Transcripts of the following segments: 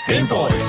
Game Boys.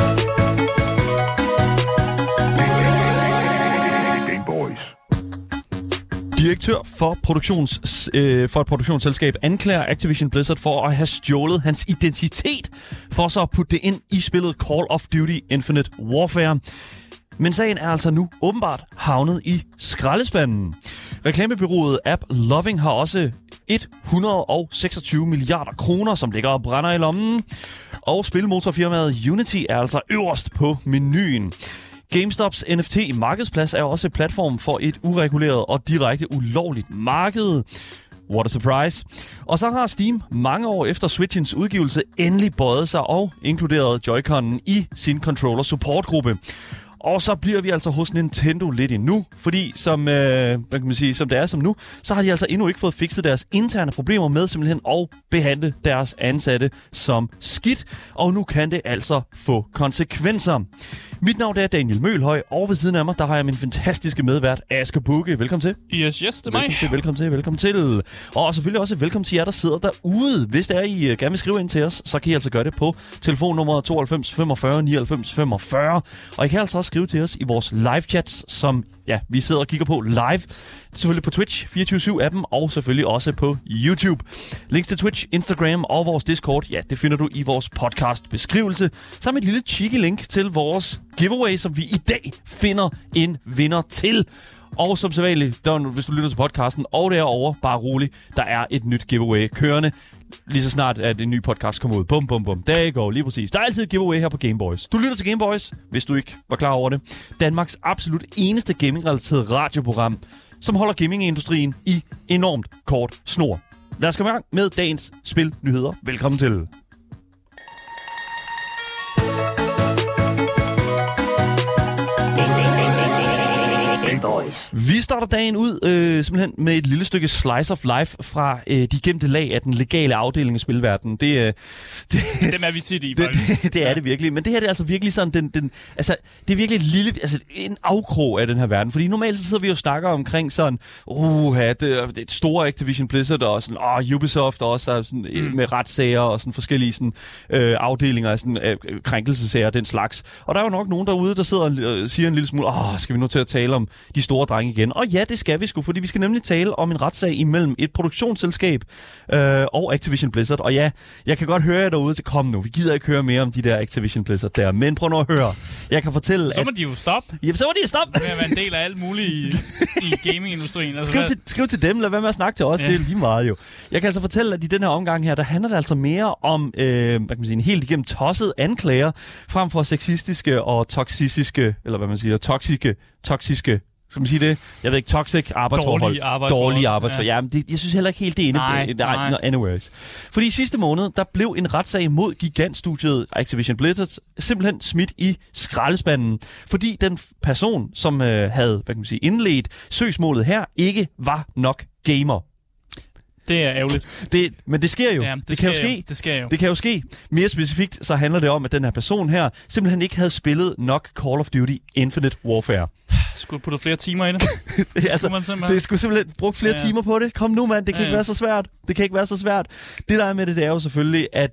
Direktør for et produktionsselskab anklager Activision Blizzard for at have stjålet hans identitet, for så at putte det ind i spillet Call of Duty Infinite Warfare. Men sagen er altså nu åbenbart havnet i skraldespanden. Reklamebureauet AppLovin har også 126 milliarder kroner, som ligger og brænder i lommen. Og spilmotorfirmaet Unity er altså øverst på menuen. GameStops NFT-markedsplads er også platform for et ureguleret og direkte ulovligt marked. What a surprise. Og så har Steam mange år efter Switchens udgivelse endelig bøjet sig og inkluderet Joy-Con'en i sin controller supportgruppe. Og så bliver vi altså hos Nintendo lidt endnu, fordi som det er som nu, så har de altså endnu ikke fået fikset deres interne problemer med simpelthen at behandle deres ansatte som skidt, og nu kan det altså få konsekvenser. Mit navn er Daniel Mølhøj, og ved siden af mig, der har jeg min fantastiske medvært, Asger Bugge. Velkommen til. Yes, det er mig. Velkommen til. Og selvfølgelig også velkommen til jer, der sidder derude. Hvis det er, I gerne vil skrive ind til os, så kan I altså gøre det på telefonnummer 92 45 99 45. Og I kan altså også skrive til os i vores live-chats, som vi sidder og kigger på live. Selvfølgelig på Twitch, 24/7-appen, og selvfølgelig også på YouTube. Links til Twitch, Instagram og vores Discord, det finder du i vores podcast-beskrivelse. Sammen med et lille cheeky link til vores giveaway, som vi i dag finder en vinder til. Og som sædvanligt, hvis du lytter til podcasten, og derovre, bare rolig, der er et nyt giveaway kørende. Lige så snart, at en ny podcast kommer ud. Bum. Der I go, lige præcis. Der er altid et giveaway her på Game Boys. Du lytter til Game Boys, hvis du ikke var klar over det. Danmarks absolut eneste gaming-relateret radioprogram, som holder gamingindustrien i enormt kort snor. Lad os komme i gang med dagens spilnyheder. Velkommen til. Vi starter dagen ud simpelthen med et lille stykke slice of life fra de gemte lag af den legale afdeling i spilverdenen. Dem er vi tit i, det er det virkelig. Men det her det er altså virkelig sådan det er virkelig et lille, en afkrog af den her verden. Fordi normalt så sidder vi jo og snakker omkring sådan, det er et store Activision Blizzard og sådan, Ubisoft også der sådan, med retssager og sådan forskellige sådan, afdelinger af sådan krænkelsesager og den slags. Og der er jo nok nogen derude, der sidder og siger en lille smule, skal vi nu til at tale om de store drenge igen? Og ja, det skal vi sgu, fordi vi skal nemlig tale om en retssag imellem et produktionsselskab og Activision Blizzard. Og ja, jeg kan godt høre jer derude til kom nu. Vi gider ikke høre mere om de der Activision Blizzard der. Men prøv nu at høre. Jeg kan fortælle, så må de jo stoppe. Jamen, så må de jo stoppe. Med at være en del af alt muligt i gamingindustrien. Altså, skriv til dem. Lad være med at snakke til os. Det er lige meget jo. Jeg kan altså fortælle, at i den her omgang her, der handler det altså mere om en helt igennem tosset anklager, frem for sexistiske og toksiske, eller hvad man siger, toksiske, skal man sige det? Jeg ved ikke, toxic arbejdsforhold. Dårlige arbejdsforhold. Ja, men jeg synes heller ikke helt det inde. Nej. Anyways. Fordi i sidste måned, der blev en retssag mod gigantstudiet Activision Blizzard simpelthen smidt i skraldespanden. Fordi den person, som havde indledt søgsmålet her, ikke var nok gamer. Det er ærgerligt. Men det sker jo. Ja, det kan jo ske. Det kan jo ske. Mere specifikt, så handler det om, at den her person her simpelthen ikke havde spillet nok Call of Duty Infinite Warfare. Skulle putte flere timer i det? Det skulle simpelthen brugt flere timer på det. Kom nu, mand. Det kan ikke være så svært. Det der er med det er jo selvfølgelig, at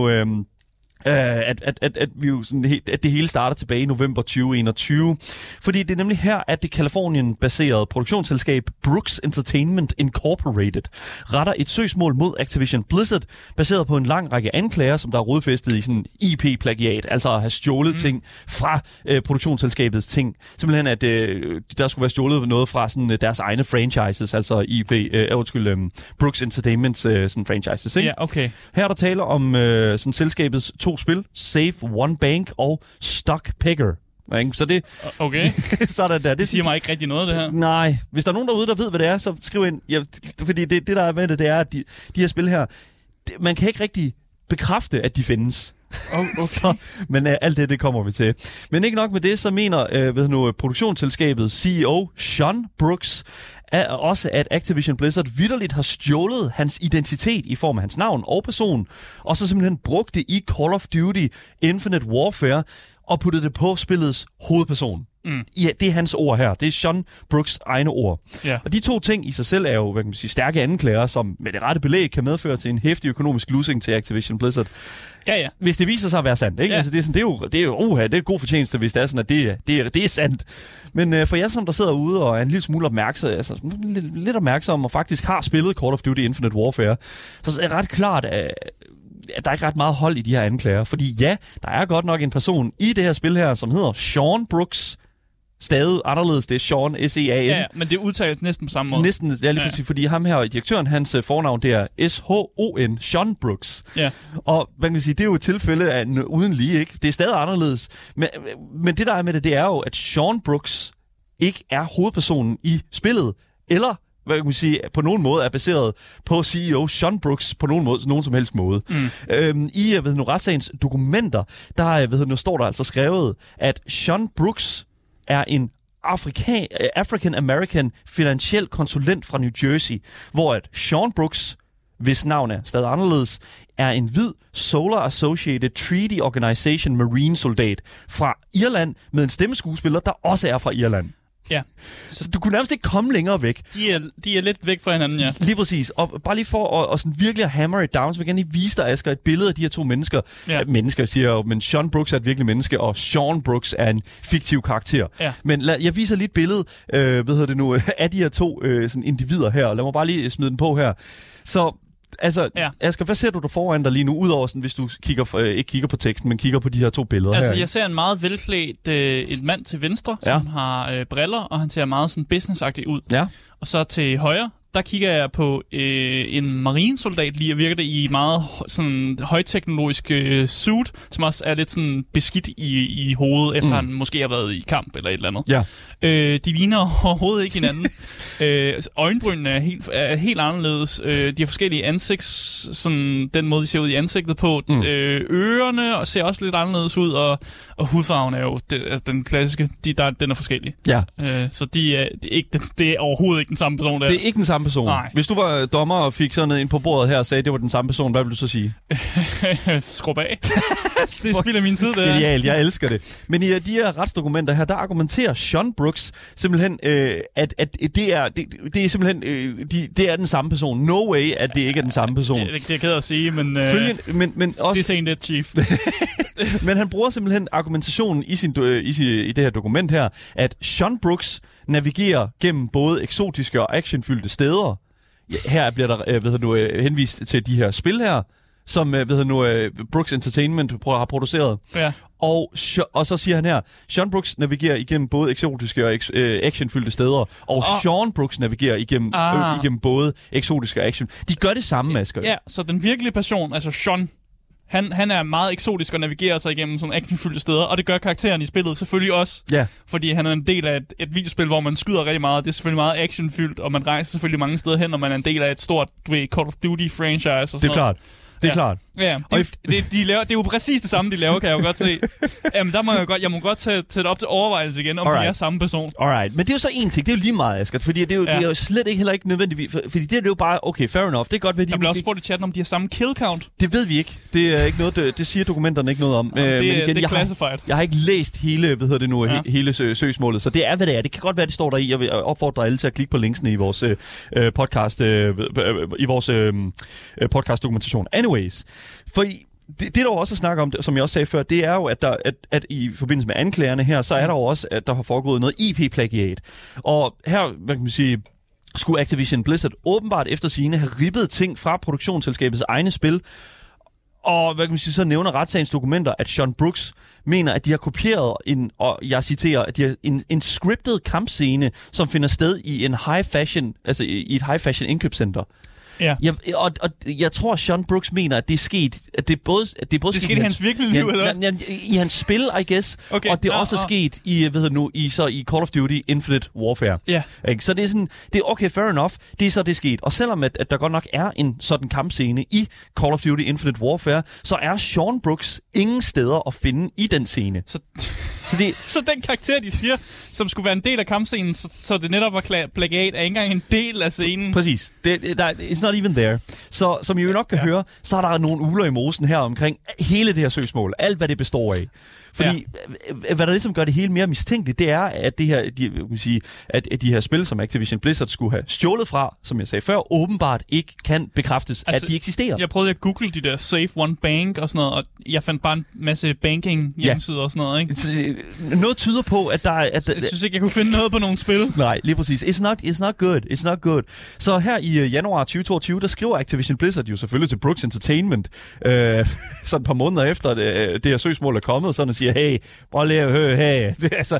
at det hele starter tilbage i november 2021. Fordi det er nemlig her, at det Kalifornien-baserede produktionsselskab Brooks Entertainment Incorporated retter et søgsmål mod Activision Blizzard, baseret på en lang række anklager, som der er rodfæstet i sådan IP-plagiat, altså at have stjålet ting fra produktionsselskabets ting. Simpelthen, at der skulle være stjålet noget fra sådan, deres egne franchises, altså Brooks Entertainments sådan franchises. Ikke? Ja, okay. Her er der tale om sådan selskabets 2 spil, Save One Bank og Stock Picker. Så det... Okay. Sådan der. Det siger mig ikke rigtig noget, det her. Nej. Hvis der er nogen derude, der ved, hvad det er, så skriv ind. Ja, fordi det der er med det er, at de her spil her, man kan ikke rigtig bekræfte, at de findes. Okay. Men alt det kommer vi til. Men ikke nok med det, så mener produktionsselskabet CEO Sean Brooks også, at Activision Blizzard vitterligt har stjålet hans identitet i form af hans navn og person, og så simpelthen brugt det i Call of Duty Infinite Warfare og puttet det på spillets hovedperson. Ja, det er hans ord her. Det er Sean Brooks egne ord. Ja. Og de to ting i sig selv er jo, hvad kan man sige, stærke anklager, som med det rette belæg kan medføre til en heftig økonomisk losing til Activision Blizzard. Ja. Hvis det viser sig at være sandt, ikke? Ja. Altså, det er god fortjeneste, hvis det er sådan, at det er sandt. Men for jer, som der sidder ude og er en lille smule opmærksom, altså lidt opmærksom og faktisk har spillet Call of Duty Infinite Warfare, så er det ret klart, at der er ikke ret meget hold i de her anklager. Fordi ja, der er godt nok en person i det her spil her, som hedder Sean Brooks. Stadig anderledes, det er Sean, S-E-A-N. Ja, men det udtales næsten på samme måde. Næsten, ja, lige præcis, fordi ham her, direktøren, hans fornavn, det er S-H-O-N, Sean Brooks. Ja. Og hvad kan man sige, det er jo et tilfælde af uden lige, ikke? Det er stadig anderledes. Men det der er med det er jo, at Sean Brooks ikke er hovedpersonen i spillet, eller hvad kan man sige, på nogen måde er baseret på CEO Sean Brooks på nogen som helst måde. I retssagens dokumenter, der står der altså skrevet, at Sean Brooks er en African-American finansiel konsulent fra New Jersey, hvor at Sean Brooks, hvis navn er stadig anderledes, er en hvid Solar Associated Treaty Organization Marine-soldat fra Irland med en stemmeskuespiller, der også er fra Irland. Ja. Så du kunne nærmest ikke komme længere væk. De er lidt væk fra hinanden, ja. Lige præcis. Og bare lige for at sådan virkelig at hammer it down, så vil jeg gerne lige vise dig, Asger, et billede af de her to mennesker. Ja. Mennesker, siger jo, men Sean Brooks er et virkelig menneske, og Sean Brooks er en fiktiv karakter. Ja. Men jeg viser lige et billede af de her to sådan individer her, og lad mig bare lige smide den på her. Så altså, ja. Asger, hvad ser du der foran dig lige nu, udover sådan, hvis du ikke kigger på teksten, men kigger på de her to billeder her? Altså, jeg ser en meget velklædt en mand til venstre, som har briller, og han ser meget sådan businessagtig ud. Ja. Og så til højre, der kigger jeg på en marinesoldat lige, og virker det i meget sådan højteknologisk suit, som også er lidt sådan beskidt i hovedet, efter han måske har været i kamp eller et eller andet. Ja. De ligner overhovedet ikke hinanden. Øjenbrynene er helt anderledes. De har forskellige ansigts, sådan den måde, de ser ud i ansigtet på. Ørerne og ser også lidt anderledes ud, og hudfarven er jo den klassiske. Den er forskellig. Ja. Så det er overhovedet ikke den samme person. Det er ikke den samme person. Nej. Hvis du var dommer og fik sådan noget ind på bordet her og sagde, at det var den samme person, hvad ville du så sige? Skrub af. Det spilder min tid, det her. Genialt, jeg elsker det. Men i de her retsdokumenter her, der argumenterer Sean Brooks simpelthen, at det er simpelthen det er den samme person. No way, at det ikke er den samme person. Det er jeg ked af at sige, men også, det er det, chief. Men han bruger simpelthen argumentationen i det her dokument her, at Sean Brooks navigerer gennem både eksotiske og actionfyldte steder. Her bliver der henvist til de her spil her, som Brooks Entertainment har produceret. Ja. Og så siger han her, Sean Brooks navigerer igennem både eksotiske og actionfyldte steder, og Sean Brooks navigerer igennem både eksotiske og action. De gør det samme, Asger. Ja, så den virkelige person, altså Sean, han er meget eksotisk og navigerer sig igennem sådan actionfyldte steder, og det gør karakteren i spillet selvfølgelig også. Ja. Fordi han er en del af et videospil, hvor man skyder rigtig meget. Det er selvfølgelig meget actionfyldt, og man rejser selvfølgelig mange steder hen, når man er en del af et stort Call of Duty-franchise og sådan noget. Det er klart. Det er klart. Ja, det er jo præcis det samme, de laver, kan jeg jo godt se. Jamen, jeg må godt tage det op til overvejelse igen, om det er samme person. Alright, men det er jo så en ting, det er jo lige meget, Asger, fordi det er jo slet ikke heller ikke nødvendigvis, fordi det er jo bare, okay, fair enough, det er godt ved, de der bliver også spurgt i chatten, om de har samme kill count. Det ved vi ikke. Det er ikke noget, det siger dokumenterne ikke noget om. Men igen, det er classified. Jeg har ikke læst hele, hele søgsmålet, så det er, hvad det er. Det kan godt være, det står der i. Jeg vil opfordre alle til at klikke på linksene i vores podcast, i vores podcast dokumentation. Anyways, for det der også at snakke om, som jeg også sagde før, det er jo, at i forbindelse med anklagerne her, så er der jo også, at der har foregået noget IP-plagiat. Og her, hvad kan man sige, skulle Activision Blizzard åbenbart efter sigende have rippet ting fra produktionsselskabets egne spil. Og hvad kan man sige, så nævner retssagens dokumenter, at Sean Brooks mener, at de har kopieret og jeg citerer, at de har en scriptet kampscene, som finder sted i en high fashion, altså i et high fashion indkøbscenter. Ja. Jeg tror, Sean Brooks mener, at det er sket, at det både skete i hans virkelige liv, eller? I hans spil, I guess. Okay. Og det er også sket i Call of Duty Infinite Warfare. Ja. Så det er sådan, det er okay, fair enough. Det er så det er sket. Og selvom at der godt nok er en sådan kampscene i Call of Duty Infinite Warfare, så er Sean Brooks ingen steder at finde i den scene. Så den karakter, de siger, som skulle være en del af kampscenen, så det netop var plagiat, er ikke engang en del af scenen. Præcis. It's not even there. Så som I jo nok kan høre, så er der nogle uler i mosen her omkring hele det her søgsmål. Alt, hvad det består af. Fordi hvad der ligesom gør det hele mere mistænkeligt, det er, at at de her spil, som Activision Blizzard skulle have stjålet fra, som jeg sagde før, åbenbart ikke kan bekræftes, at de eksisterer. Jeg prøvede at google de der Save One Bank og sådan noget, og jeg fandt bare en masse banking hjemmesider og sådan noget, ikke? Noget tyder på, at der er... Jeg synes ikke, jeg kunne finde noget på nogle spil. Nej, lige præcis. It's not good. Så her i januar 2022, der skriver Activision Blizzard jo selvfølgelig til Brooks Entertainment, sådan et par måneder efter det her søgsmål er kommet, og sådan og siger, hey, prøv lige at høre, hey.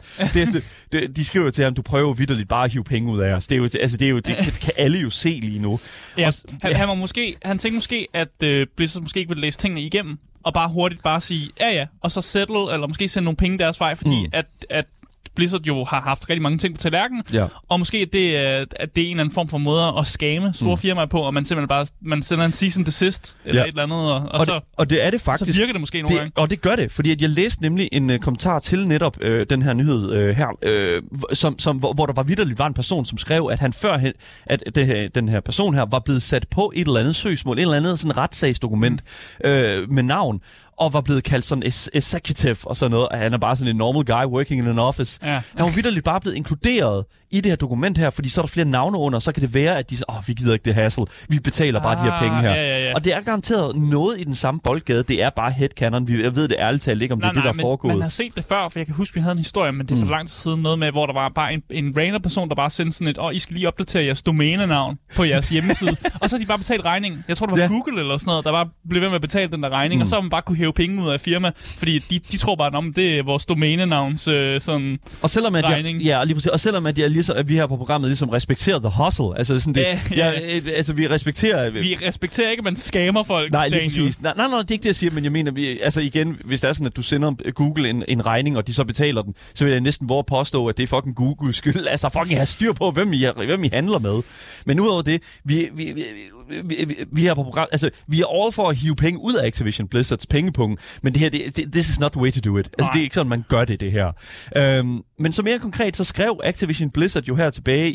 De skriver til ham, du prøver vitterligt bare at hive penge ud af os. Det kan alle jo se lige nu. Ja, han tænkte måske, at Blizzard måske ikke ville læse tingene igennem, og bare hurtigt sige, ja, og så settle, eller måske sende nogle penge deres vej, fordi at Blizzard jo har haft rigtig mange ting på tallerkenen, og måske at det er en eller anden form for måde at skame store firmaer på, og man simpelthen bare sender en cease and desist eller et eller andet, og det er det faktisk. Så virker det måske nogle gange. Og det gør det, fordi at jeg læste nemlig en kommentar til netop den her nyhed her, hvor der vitterligt var en person, som skrev, at han førhen, at den her person her var blevet sat på et eller andet søgsmål, et eller andet sådan retssagsdokument med navn, og var blevet kaldt sådan executive og sådan noget, og han er bare sådan en normal guy working in an office. Ja. Han var vitterligt bare blevet inkluderet i det her dokument her, fordi så er der flere navne under, så kan det være, at de siger, vi gider ikke det hassle, vi betaler bare de her penge her. Ja. Og det er garanteret noget i den samme boldgade, det er bare headcanon, jeg ved det ærligt talt ikke, om det er det, der er foregået. Man har set det før, for jeg kan huske, vi havde en historie, men det er for lang tid siden noget med, hvor der var bare en random person, der bare sendte sådan et, I skal lige opdatere jeres domænenavn på jeres hjemmeside, og så har de bare betalt regningen. Jeg tror, det var Google eller sådan noget, der bare blev ved med at betale den der regning, og så har man bare kunne hæve penge ud af firma, fordi de tror bare, at det er vores domænenavns sådan og selvom at regning. Og selvom at vi her på programmet ligesom respekterer the hustle, altså sådan det, altså vi respekterer ikke, at man scammer folk. Nej, lige præcis. Nej, det er ikke det, jeg siger, men jeg mener, altså igen, hvis det er sådan, at du sender Google en regning, og de så betaler den, så vil jeg næsten våge påstå, at det er fucking Googles skyld. Altså fucking have styr på, hvem I handler med. Men udover det, vi er på program, altså vi er all for at hive penge ud af Activision Blizzards pengepunkt, men det her, this is not the way to do it. Altså det er ikke sådan, man gør det her. Men så mere konkret, så skrev Activision Blizzard jo her tilbage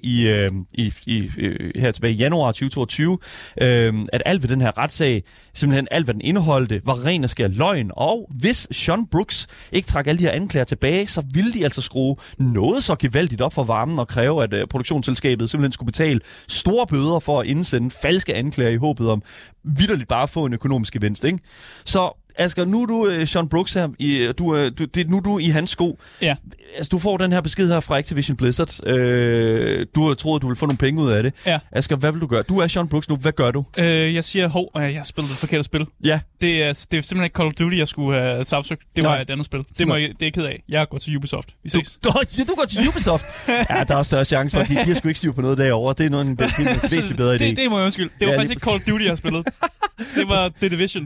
i januar 2022, at alt ved den her retssag, simpelthen alt hvad den indeholdte, var ren og skær løgn, og hvis Sean Brooks ikke trak alle de her anklager tilbage, så ville de altså skrue noget så gevaldigt op for varmen og kræve, at produktionsselskabet simpelthen skulle betale store bøder for at indsende falske anklager i håbet om vitterligt bare at få en økonomisk gevinst, ikke? Så Asger, nu er du Sean Brooks her, nu er du i hans sko. Ja. Altså, du får den her besked her fra Activision Blizzard. Du har troet, du ville få nogle penge ud af det. Ja. Asger, hvad vil du gøre? Du er Sean Brooks nu. Hvad gør du? Jeg siger, jeg har spillet det forkerte spil. Ja. Det er simpelthen ikke Call of Duty, jeg skulle have sagsøgt. Det var et andet spil. Det er jeg ked af. Jeg går til Ubisoft. Vi ses. Du går til Ubisoft? Ja, der er større chance for, at de har sgu ikke styr på noget derovre. Det er noget en væsentligt bedre idé. Det må jeg undskylde. Det var faktisk ikke Call of Duty, jeg har spillet. Det var The Division.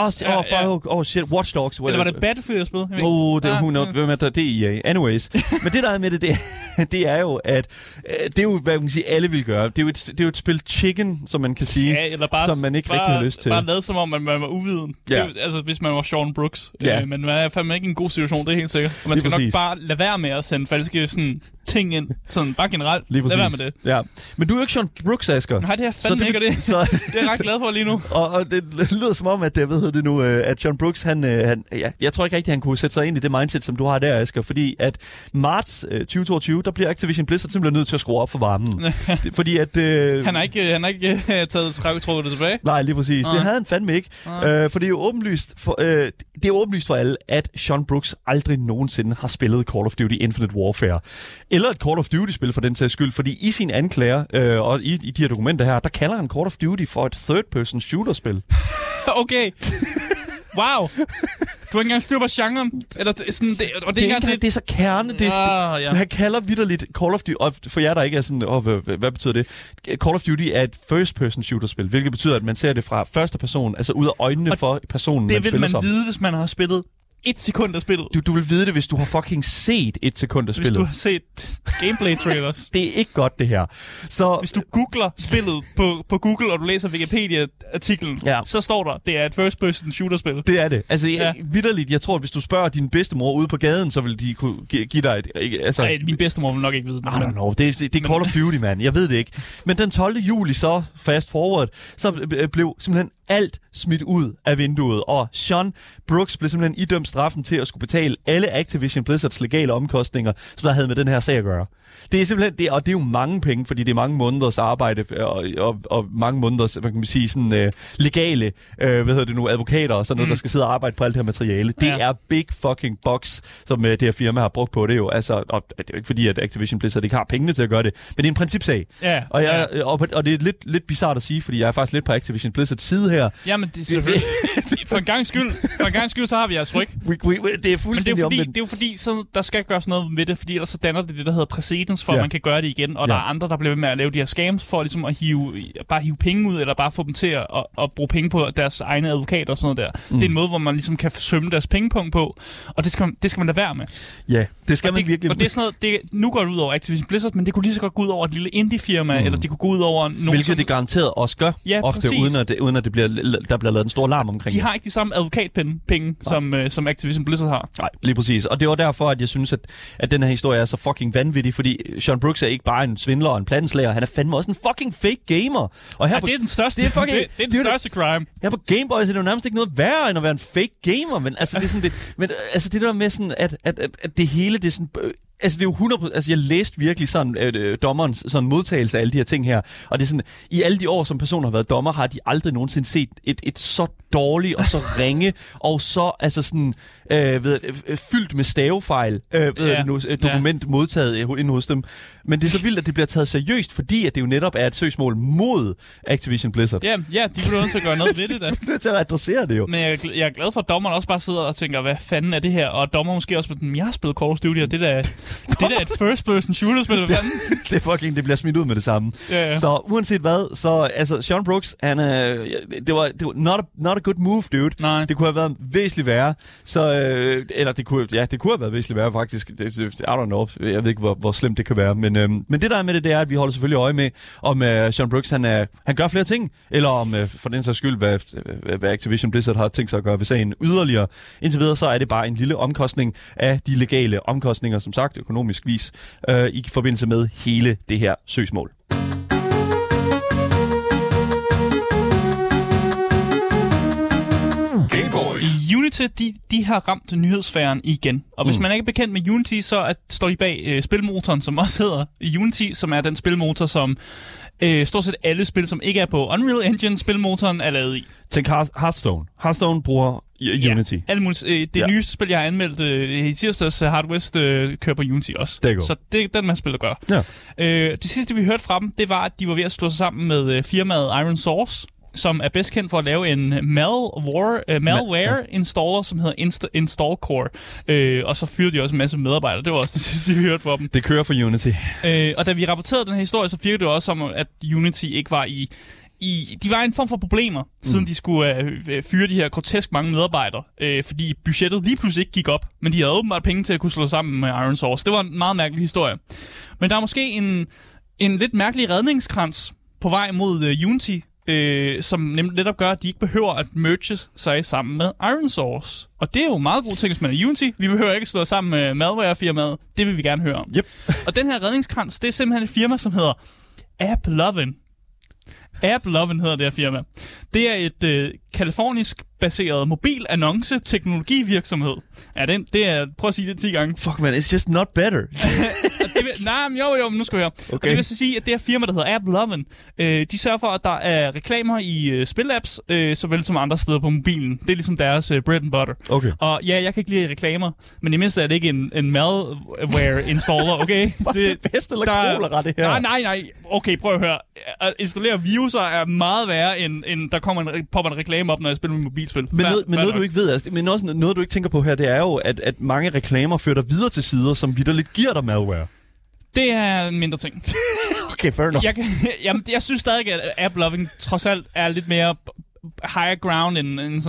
Shit, Watch Dogs. Eller var det Battlefield, jeg spillede? Det er EA. Anyways. Men det der er med det er jo, at det er jo, hvad man kan sige, alle vil gøre. Det er jo et spil chicken, som man kan sige, eller bare, som man ikke rigtig har lyst til. Bare lade som om, at man var uviden. Ja. Altså, hvis man var Sean Brooks. Ja. Men man er fandme ikke i en god situation, det er helt sikkert. Og man skal nok bare lade være med at sende falske sådan, ting ind. Sådan bare generelt. Lad være med det. Ja. Men du er jo ikke Sean Brooks, Asger. Nej, det er fandme ikke det. Det er jeg ret glad for lige nu. Og det lyder som om, at at Sean Brooks, jeg tror ikke rigtig, han kunne sætte sig ind i det mindset, som du har der, Asger, fordi at marts 2022, der bliver Activision Blizzard simpelthen nødt til at skrue op for varmen. Fordi at... Han har ikke taget trådet tilbage? Nej, lige præcis. Det havde han fandme ikke. For det er jo åbenlyst for alle, at Sean Brooks aldrig nogensinde har spillet Call of Duty Infinite Warfare. Eller et Call of Duty-spil for den sags skyld, fordi i sine anklager og i de her dokumenter her, der kalder han Call of Duty for et third-person shooter-spil. Okay. Wow. Du har ikke engang styr på genren. Eller sådan, det er så kerne. Han kalder vitterligt Call of Duty, og for jer, der ikke er sådan, hvad betyder det? Call of Duty er et first-person shooter-spil, hvilket betyder, at man ser det fra første person, altså ud af øjnene for personen, man spiller som. Det vil man vide, hvis man har spillet 1 sekund af spillet. Du vil vide det, hvis du har fucking set 1 sekund af spillet. Hvis du har set gameplay-trailers. Det er ikke godt, det her. Så hvis du googler spillet på Google, og du læser Wikipedia-artiklen, så står der, det er et first-person shooter-spil. Det er det. Altså, vitterligt, jeg tror, at hvis du spørger din bedstemor ude på gaden, så vil de kunne give dig et... Altså... Nej, min bedstemor vil nok ikke vide det. I don't know. Det er Call of Duty, man. Jeg ved det ikke. Men den 12. juli, så fast forward, så blev simpelthen alt smidt ud af vinduet, og Sean Brooks blev simpelthen idømt straffen til at skulle betale alle Activision Blizzards legale omkostninger, som der havde med den her sag at gøre. Det er simpelthen det, og det er jo mange penge, fordi det er mange måneders arbejde og mange måneders, hvad kan man sige, sådan legale, advokater og sådan noget, der skal sidde og arbejde på alt det her materiale. Det er big fucking bucks, som det her firma har brugt på det jo. Altså, og det er jo ikke fordi, at Activision Blizzard ikke har pengene til at gøre det, men det er en principsag. Ja. Og det er lidt bizarrt at sige, fordi jeg er faktisk lidt på Activision Blizzards side her. Jamen, det er selvfølgelig... For en gang skyld, så har vi jeres ryg. Det er fuldstændig omvendt. Det er jo fordi, så der skal gøres noget med det, fordi ellers så danner det der hedder præcedens for, at man kan gøre det igen. Og der er andre, der bliver ved med at lave de her scams for ligesom at hive penge ud, eller bare få dem til at bruge penge på deres egne advokater og sådan noget der. Det er en måde, hvor man ligesom kan sømme deres pengepunkt på, og det skal man lade være med. Ja, det skal man virkelig. Og det er sådan noget, nu går det ud over Activision Blizzard, men det kunne lige så godt gå ud over et lille indie-firma, eller det kunne gå ud over nogen, hvilket det garanteret også gør, ofte uden at der bliver lavet en stor larm omkring det. De har ikke de samme advokatpenge, som Activision Blizzard har. Nej, lige præcis. Og det var derfor, at jeg synes, at den her historie er så fucking vanvittig, fordi Sean Brooks er ikke bare en svindler og en plattenslager, han er fandme også en fucking fake gamer. Og her det er den største, det er den største crime. Her på Game Boys er det jo nærmest ikke noget værre, end at være en fake gamer, men altså, det er sådan det, men altså det der med sådan, at det hele, det er sådan... Altså det er jo 100%, altså jeg læste virkelig sådan dommerens sådan modtagelse af alle de her ting her, og det er sådan, i alle de år som personer har været dommer, har de aldrig nogensinde set et så dårligt og så ringe og så altså sådan fyldt med stavefejl dokument modtaget inde hos dem. Men det er så vildt, at det bliver taget seriøst, fordi at det jo netop er et søgsmål mod Activision Blizzard. Ja, de bliver nødt til at gøre noget ved det da. De bliver nødt til at adressere det jo. Men jeg er glad for, at dommeren også bare sidder og tænker, hvad fanden er det her? Og dommer måske også med, jeg har spillet Call of Duty, og det der er et first-person shooter-spil. Det er fucking, det bliver smidt ud med det samme. Ja. Så uanset hvad, så altså Sean Brooks, det var not a good move, dude. Nej. Det kunne have været væsentligt værre. Så eller det kunne have været væsentligt værre faktisk. I don't know. Jeg ved ikke hvor slemt det kan være, men det der er med det er, at vi holder selvfølgelig øje med om Sean Brooks han gør flere ting, eller om for den sags skyld hvad Activision Blizzard har tænkt sig at gøre ved sagen yderligere. Indtil videre så er det bare en lille omkostning af de legale omkostninger, som sagt økonomisk vis, i forbindelse med hele det her søgsmål. Unity, de har ramt nyhedssfæren igen. Og hvis man ikke er bekendt med Unity, så står de bag spilmotoren, som også hedder Unity, som er den spilmotor, som stort set alle spil, som ikke er på Unreal Engine, spilmotoren er lavet i. Tænk Hearthstone. Hearthstone bruger Unity. Ja, alle mulige, det nyeste spil, jeg har anmeldt i tirsdags, Hard West, kører på Unity også. Så det er den, man spiller gør. Ja. Det sidste, vi hørte fra dem, det var, at de var ved at slå sig sammen med firmaet Iron Source, som er bedst kendt for at lave en malware installer, som hedder InstallCore. Og så fyrede de også en masse medarbejdere. Det var også det sidste, vi hørte fra dem. Det kører for Unity. Og da vi rapporterede den her historie, så virkede det også som, at Unity ikke var de var i en form for problemer, siden de skulle fyre de her grotesk mange medarbejdere, fordi budgettet lige pludselig ikke gik op, men de havde åbenbart penge til at kunne slå sammen med Iron Source. Det var en meget mærkelig historie. Men der er måske en lidt mærkelig redningskrans på vej mod Unity, som netop gør, at de ikke behøver at merge sig sammen med Iron Source. Og det er jo meget god ting, hvis man er Unity. Vi behøver ikke slå sammen med malware-firmaet. Det vil vi gerne høre om. Yep. Og den her redningskrans, det er simpelthen et firma, som hedder AppLovin. AppLovin hedder det her firma. Det er et kalifornisk baseret mobil annonce teknologivirksomhed. Ja, det er, prøv at sige det 10 gange. Fuck man, it's just not better. Jo, nu skal vi høre. Okay. Og det vil så sige, at det her firma, der hedder AppLovin, de sørger for, at der er reklamer i spilapps, såvel som andre steder på mobilen. Det er ligesom deres bread and butter. Okay. Og ja, jeg kan ikke lide reklamer, men i mindste er det ikke en malware installer, okay? Det bedste eller kolera, det her. Nej. Okay, prøv at høre. At installere viruser er meget værre, end der popper en reklame op, når jeg spiller med mobilspil. Men noget du ikke ved, altså, men også noget du ikke tænker på her, det er jo, at mange reklamer fører dig videre til sider, som vitterligt giver dig malware. Det er en mindre ting. Okay, fair enough. Jeg synes stadig, at AppLovin trods alt er lidt mere higher ground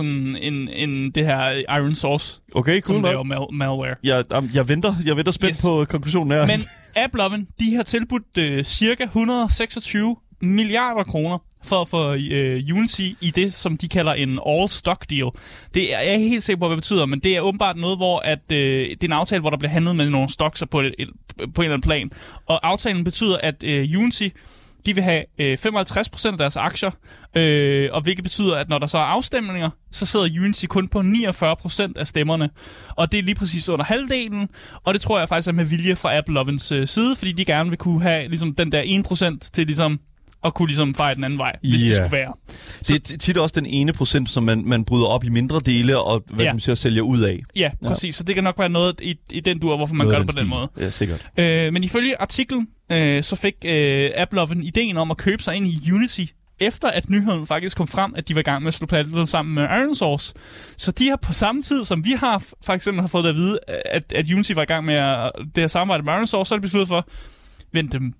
end det her Iron Source, okay, cool, som laver malware. Jeg venter spændt på konklusionen her. Men AppLovin, de har tilbudt cirka 126 milliarder kroner for at få Unity i det, som de kalder en all-stock deal. Det er jeg ikke helt sikker på, hvad det betyder, men det er åbenbart noget, hvor at, det er en aftale, hvor der bliver handlet med nogle stocks på en eller anden plan. Og aftalen betyder, at Unity, de vil have 55% af deres aktier, og hvilket betyder, at når der så er afstemninger, så sidder Unity kun på 49% af stemmerne. Og det er lige præcis under halvdelen, og det tror jeg faktisk er med vilje fra AppLovins side, fordi de gerne vil kunne have ligesom, den der 1% til ligesom og kunne ligesom fejre den anden vej, hvis det skulle være. Det er tit også den ene procent, som man bryder op i mindre dele, og hvad man siger, sælger ud af. Ja, præcis. Så det kan nok være noget i den dur, hvorfor man noget gør det på den måde. Ja, sikkert. Men ifølge artiklen, så fik AppLovin ideen om at købe sig ind i Unity, efter at nyheden faktisk kom frem, at de var i gang med at slå plattet sammen med Iron Source. Så de har på samme tid, som vi har for eksempel har fået det at vide, at Unity var i gang med det her samarbejde med Iron Source, så er det besluttet for, vent dem.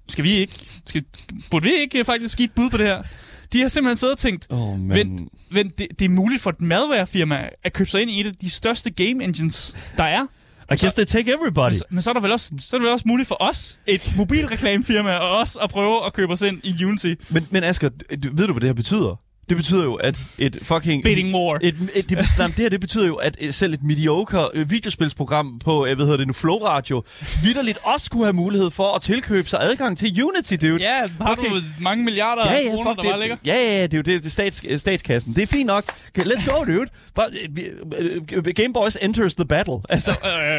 Burde vi ikke faktisk give et bud på det her? De har simpelthen siddet og tænkt, vent, det er muligt for et malware-firma at købe sig ind i et af de største game engines, der er. I guess they take everybody. Men så er det vel også muligt for os, et mobilreklamefirma, og os at prøve at købe os ind i Unity. Men Asger, ved du, hvad det her betyder? Det betyder jo, at et fucking... Bidding war. Det betyder jo, at selv et mediocre videospilsprogram på, Flow Radio, vitterligt også skulle have mulighed for at tilkøbe sig adgang til Unity, dude. Ja, har du mange milliarder kroner, der bare ligger? Ja, det er jo det statskassen. Det er fint nok. Let's go, dude. But, Game Boys enters the battle. Altså.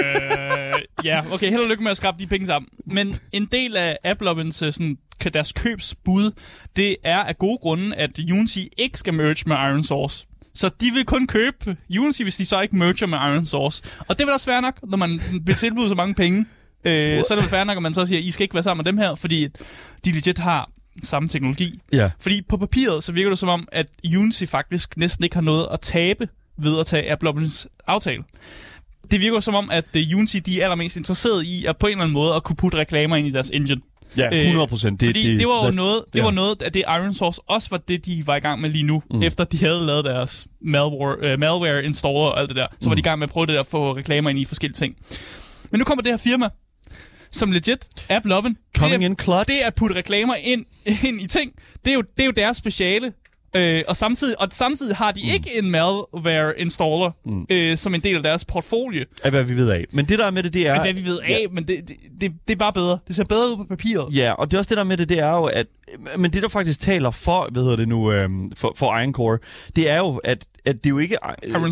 Ja, okay, held og lykke med at skrabe de penge sammen. Men en del af AppLovins sådan deres købsbud, det er af gode grunde, at Unity ikke skal merge med Iron Source. Så de vil kun købe Unity, hvis de så ikke merger med Iron Source. Og det vil også være nok, når man bliver tilbudt så mange penge. Så er det vel fair nok, at man så siger, I skal ikke være sammen med dem her, fordi de legit har samme teknologi. Yeah. Fordi på papiret, så virker det som om, at Unity faktisk næsten ikke har noget at tabe ved at tage AppLovins aftale. Det virker som om, at Unity de er allermest interesseret i at på en eller anden måde at kunne putte reklamer ind i deres engine. Ja, 100%. Det var jo noget, det var noget af det Iron Source også var det, de var i gang med lige nu, efter de havde lavet deres malware installer og alt det der. Så var de i gang med at prøve det der at få reklamer ind i forskellige ting. Men nu kommer det her firma, som legit AppLovin. Det er at putte reklamer ind i ting. Det er jo deres speciale. Og samtidig har de ikke en malware installer som en del af deres portfolio. Af hvad vi ved af. Men det der er med det er... Hvad vi ved af, men det er bare bedre. Det ser bedre ud på papiret. Ja, og det er også det der med det er jo, at... Men det der faktisk taler for, for Iron Core, det er jo, at det er jo ikke... Iron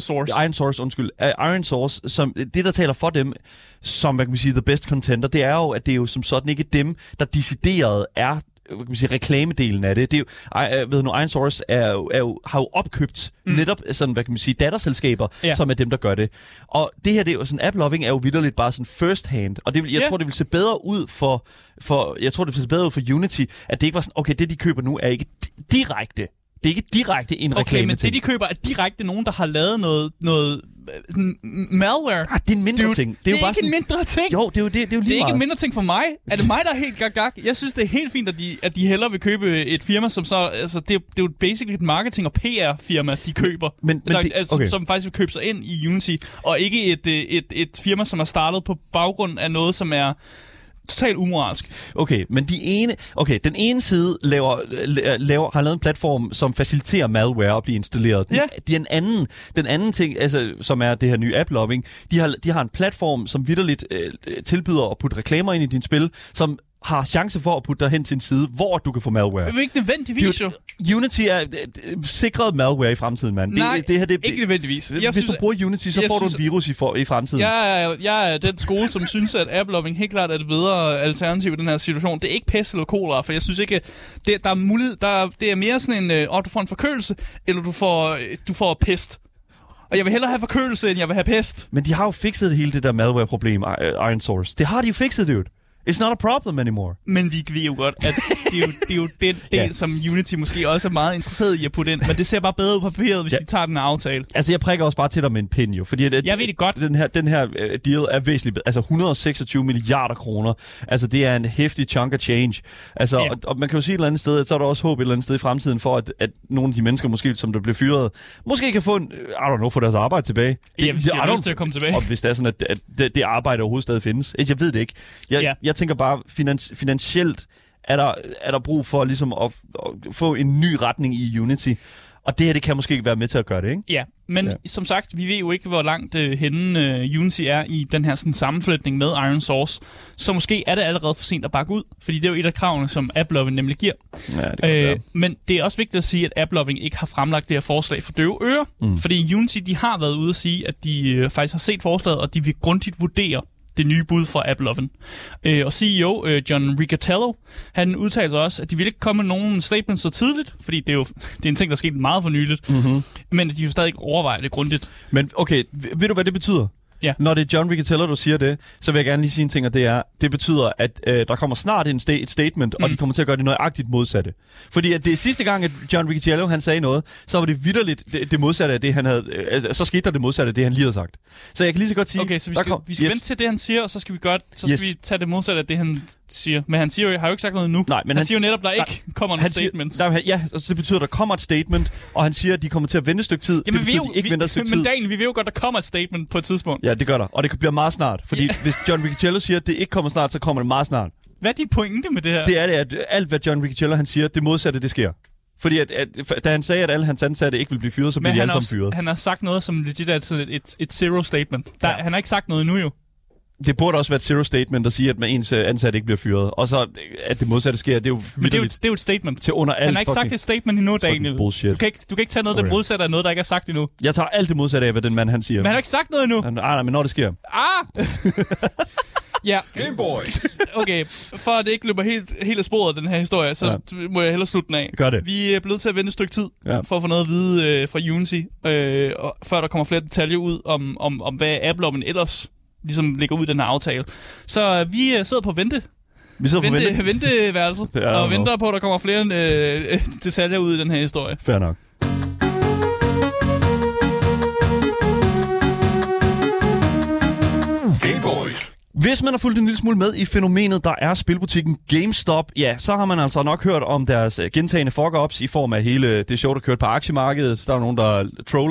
Source, som det der taler for dem, som, hvad kan man sige, the best contender, det er jo, at det er jo som sådan ikke dem, der decideret er reklamedelen af det. Det er jo, Iron Source har jo opkøbt netop sådan, hvad kan man sige, datterselskaber, som er dem, der gør det. Og det her, det er jo sådan, AppLovin er jo vitterligt bare sådan first hand, og jeg tror, det vil se bedre ud for Unity, at det ikke var sådan, okay, det de køber nu er ikke direkte. Det er ikke direkte en reklame. Okay, men det de køber er direkte nogen, der har lavet noget malware. Det er en mindre ting. Det er jo bare ikke en mindre ting. Jo, det er jo lige det er ikke en mindre ting for mig. Er det mig, der er helt gak? Jeg synes, det er helt fint, at de hellere vil købe et firma, som så... Altså, det er jo basically et marketing- og PR-firma, de køber. Som faktisk vil købe sig ind i Unity. Og ikke et firma, som er startet på baggrund af noget, som er... totalt umoralsk. Okay, men den ene side har lavet en platform, som faciliterer malware at blive installeret. Den anden ting, altså, som er det her nye AppLovin, de har en platform, som vitterligt tilbyder at putte reklamer ind i din spil, som har chance for at putte dig hen til en side, hvor du kan få malware. Det er ikke nødvendigvis jo. Unity er sikret malware i fremtiden, mand. Nej, ikke nødvendigvis. Hvis du bruger Unity, så får du et virus i fremtiden. Jeg er den skole, som synes, at AppLovin helt klart er det bedre alternativ i den her situation. Det er ikke pest eller kolera, for jeg synes ikke, der er mulighed. Det er mere sådan en, du får en forkølelse, eller du får pest. Og jeg vil hellere have forkølelse, end jeg vil have pest. Men de har jo fikset hele det der malware-problem, Iron Source. Det har de jo fikset, dude. It's not a problem anymore. Men vi ved jo godt, at det er jo den del, som Unity måske også er meget interesseret i at putte ind. Men det ser bare bedre ud på papiret, hvis de tager den aftal. Altså, jeg prikker også bare til dig med en pind, jo. Fordi jeg ved det godt. Den her deal er væsentligt. Altså, 126 milliarder kroner. Altså, det er en heftig chunk of change. Altså, og man kan jo sige et eller andet sted, at så er der også håb et eller andet sted i fremtiden for, at nogle af de mennesker, måske, som der bliver fyret, måske kan få få deres arbejde tilbage. Hvis de har lyst til at komme tilbage. Og hvis det er sådan, at det arbejde overhovedet stadig findes. Jeg ved det ikke. Jeg tænker bare, finansielt er der brug for ligesom at få en ny retning i Unity. Og det kan måske ikke være med til at gøre det, ikke? Ja, men som sagt, vi ved jo ikke, hvor langt henne Unity er i den her sådan, sammenflætning med Iron Source. Så måske er det allerede for sent at bakke ud, fordi det er jo et af kravene, som AppLovin nemlig giver. Ja, det men det er også vigtigt at sige, at AppLovin ikke har fremlagt det her forslag for døve ører. Fordi Unity, de har været ude at sige, at de faktisk har set forslaget, og de vil grundigt vurdere det nye bud fra AppLovin. Og CEO John Riccitiello, han udtalte også, at de ville ikke komme med nogen statements så tidligt, fordi det er en ting, der er sket meget for nyligt, men at de jo stadig overvejer det grundigt. Men okay, ved du, hvad det betyder? Ja. Når det er John Riccitiello, der siger det, så vil jeg gerne lige sige en ting, og det betyder, at der kommer snart et statement, og de kommer til at gøre det nøjagtigt modsatte. Fordi at det er sidste gang, at John Riccitiello, han sagde noget, så var det vitterligt det modsatte af det, han havde... så skete der det modsatte af det, han lige havde sagt. Så jeg kan lige så godt sige... Okay, så vi skal vente til det, han siger, og så skal vi tage det modsatte af det, han siger. Men han siger har jo ikke sagt noget nu. Nej, men han siger jo netop, der ikke kommer noget statement. Det betyder, at der kommer et statement, og han siger, at de kommer til at vente et stykke tid. Jamen, det betyder, de ikke venter et stykke tid. Men Daniel, vi ved jo godt, der kommer et statement på et tidspunkt. Ja, det gør der. Og det bliver meget snart. Fordi hvis John Riccitiello siger, at det ikke kommer snart, så kommer det meget snart. Hvad er din pointe med det her? Det er det, at alt, hvad John Riccitiello han siger, det modsatte, det sker. Fordi da han sagde, at alle hans ansatte ikke vil blive fyret, så bliver de alle sammen fyret. Han har sagt noget, som legit er et zero statement. Han har ikke sagt noget endnu jo. Det burde også være et zero statement at sige, at ens ansatte ikke bliver fyret. Og så, at det modsatte sker, det er jo... Men det er jo et statement. Til under alt. Han har ikke sagt et statement endnu, Daniel. Bullshit. Du kan ikke tage noget, der modsatte af noget, der ikke er sagt endnu. Jeg tager alt det modsatte af, hvad den mand han siger. Men han har ikke sagt noget endnu. Nej, men når det sker. Ja. Gameboy. Okay, for at det ikke løber helt af sporet, den her historie, så må jeg hellere slutte den af. Gør det. Vi er blevet til at vente et stykke tid, for at få noget at vide fra Unity, før der kommer flere detaljer ud om hvad AppLovin ellers ligesom ligger ud i den her aftale. Så vi sidder på venteværelset, og venter på, at der kommer flere detaljer ud i den her historie. Fair nok. Hvis man har fulgt en lille smule med i fænomenet, der er spilbutikken GameStop, så har man altså nok hørt om deres gentagne fuck-ups i form af hele det show, der kørte på aktiemarkedet. Der er nogen, der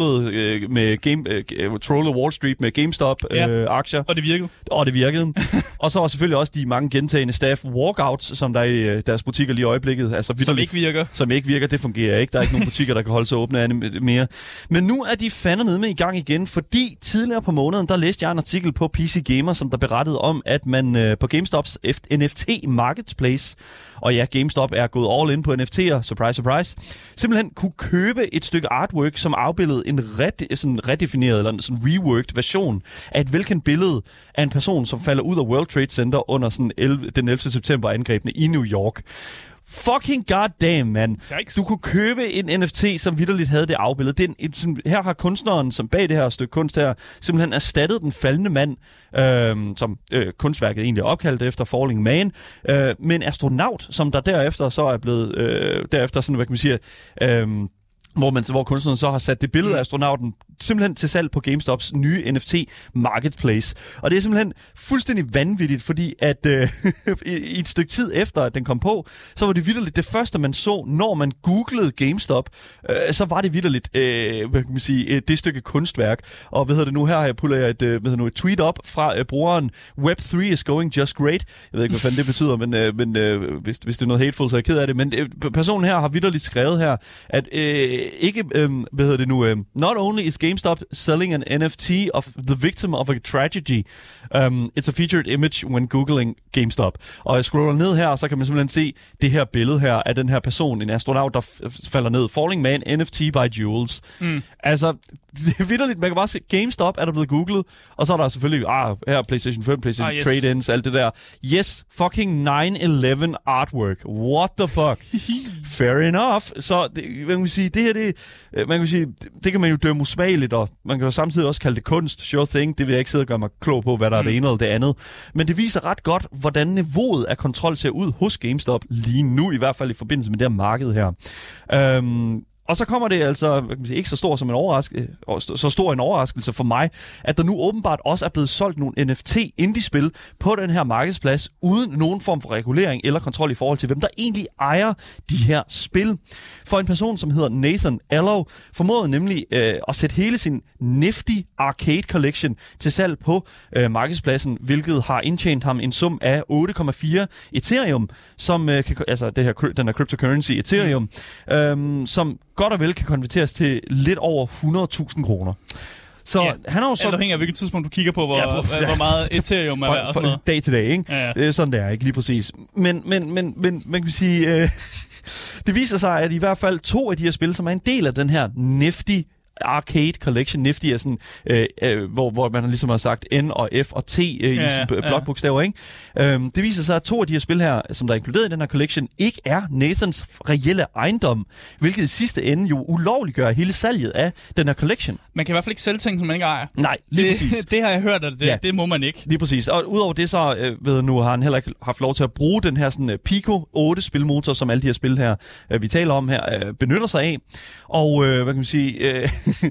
trollede Wall Street med GameStop-aktier. Og det virkede. Og så var selvfølgelig også de mange gentagne staff walkouts, som der er i deres butikker lige i øjeblikket. Altså, Som ikke virker. Det fungerer ikke. Der er ikke nogen butikker, der kan holde sig åbne mere. Men nu er de fandme med i gang igen, fordi tidligere på måneden, der læste jeg en artikel på PC Gamer, som der berettede om, at man på GameStops NFT Marketplace, og GameStop er gået all in på NFT'er, surprise, surprise, simpelthen kunne købe et stykke artwork, som afbildede en redefineret eller sådan reworked version af et velkendt billede af en person, som falder ud af World Trade Center under sådan den 11. september angrebene i New York. Fucking goddamn, man. Du kunne købe en NFT, som vitterligt havde det afbillede. Her har kunstneren, som bag det her stykke kunst her, simpelthen erstattet den faldende mand, som kunstværket egentlig er opkaldt efter, Falling Man, med en astronaut, som der derefter så er blevet, sådan, hvad kan man sige, hvor kunstneren så har sat det billede af astronauten simpelthen til salg på GameStops nye NFT Marketplace. Og det er simpelthen fuldstændig vanvittigt, fordi at i et stykke tid efter, at den kom på, så var det vitterligt det første, man så, når man googlede GameStop, så var det vitterligt, hvad kan man sige, det stykke kunstværk. Og her puller jeg et tweet op fra brugeren Web3 is going just great. Jeg ved ikke, hvad fanden det betyder, men hvis det er noget hateful, så er jeg ked af det. Men personen her har vitterligt skrevet her, at not only is GameStop selling an NFT of the victim of a tragedy, it's a featured image when googling GameStop. Og jeg scroller ned her, så kan man simpelthen se det her billede her af den her person, en astronaut, der falder ned. Falling Man, NFT by Jules. Altså, det er vitterligt. Man kan bare se, GameStop er der blevet googlet, og så er der selvfølgelig, her PlayStation 5, PlayStation yes. Trade-ins, alt det der. Yes, fucking 9/11 artwork. What the fuck? Fair enough. Så man kan sige, det her, man kan sige, det kan man jo dømme usmageligt, og man kan jo samtidig også kalde det kunst. Sure thing. Det vil jeg ikke sidde og gøre mig klog på, hvad der er det ene eller det andet. Men det viser ret godt, hvordan niveauet af kontrol ser ud hos GameStop lige nu, i hvert fald i forbindelse med det her marked her. Og så kommer det altså ikke så stor som så stor en overraskelse for mig, at der nu åbenbart også er blevet solgt nogle NFT-indie-spil på den her markedsplads, uden nogen form for regulering eller kontrol i forhold til, hvem der egentlig ejer de her spil. For en person, som hedder Nathan Allo, formåede nemlig at sætte hele sin Nifty Arcade Collection til salg på markedspladsen, hvilket har indtjent ham en sum af 8,4 Ethereum, som altså den her cryptocurrency Ethereum, som godt og vel kan konverteres til lidt over 100.000 kroner. Så han har jo så... Alt afhængig af hvilket tidspunkt du kigger på, hvor meget Ethereum er værd og sådan noget. Dag til dag, ikke? Ja. Det er sådan, det er, ikke lige præcis. Men man kan sige... det viser sig, at i hvert fald 2 af de her spil, som er en del af den her Nifty Arcade Collection. Nifty er sådan, hvor man ligesom har sagt N og F og T i blokbogstaver, ikke? Det viser sig, at 2 af de her spil her, som der er inkluderet i den her collection, ikke er Nathans reelle ejendom, hvilket i sidste ende jo ulovliggør hele salget af den her collection. Man kan i hvert fald ikke sælge ting, som man ikke ejer. Nej, lige præcis. Det har jeg hørt, at det må man ikke. Lige præcis. Og udover det, så har han heller ikke haft lov til at bruge den her sådan, Pico 8 spilmotor, som alle de her spil her, vi taler om her, benytter sig af. Og hvad kan man sige...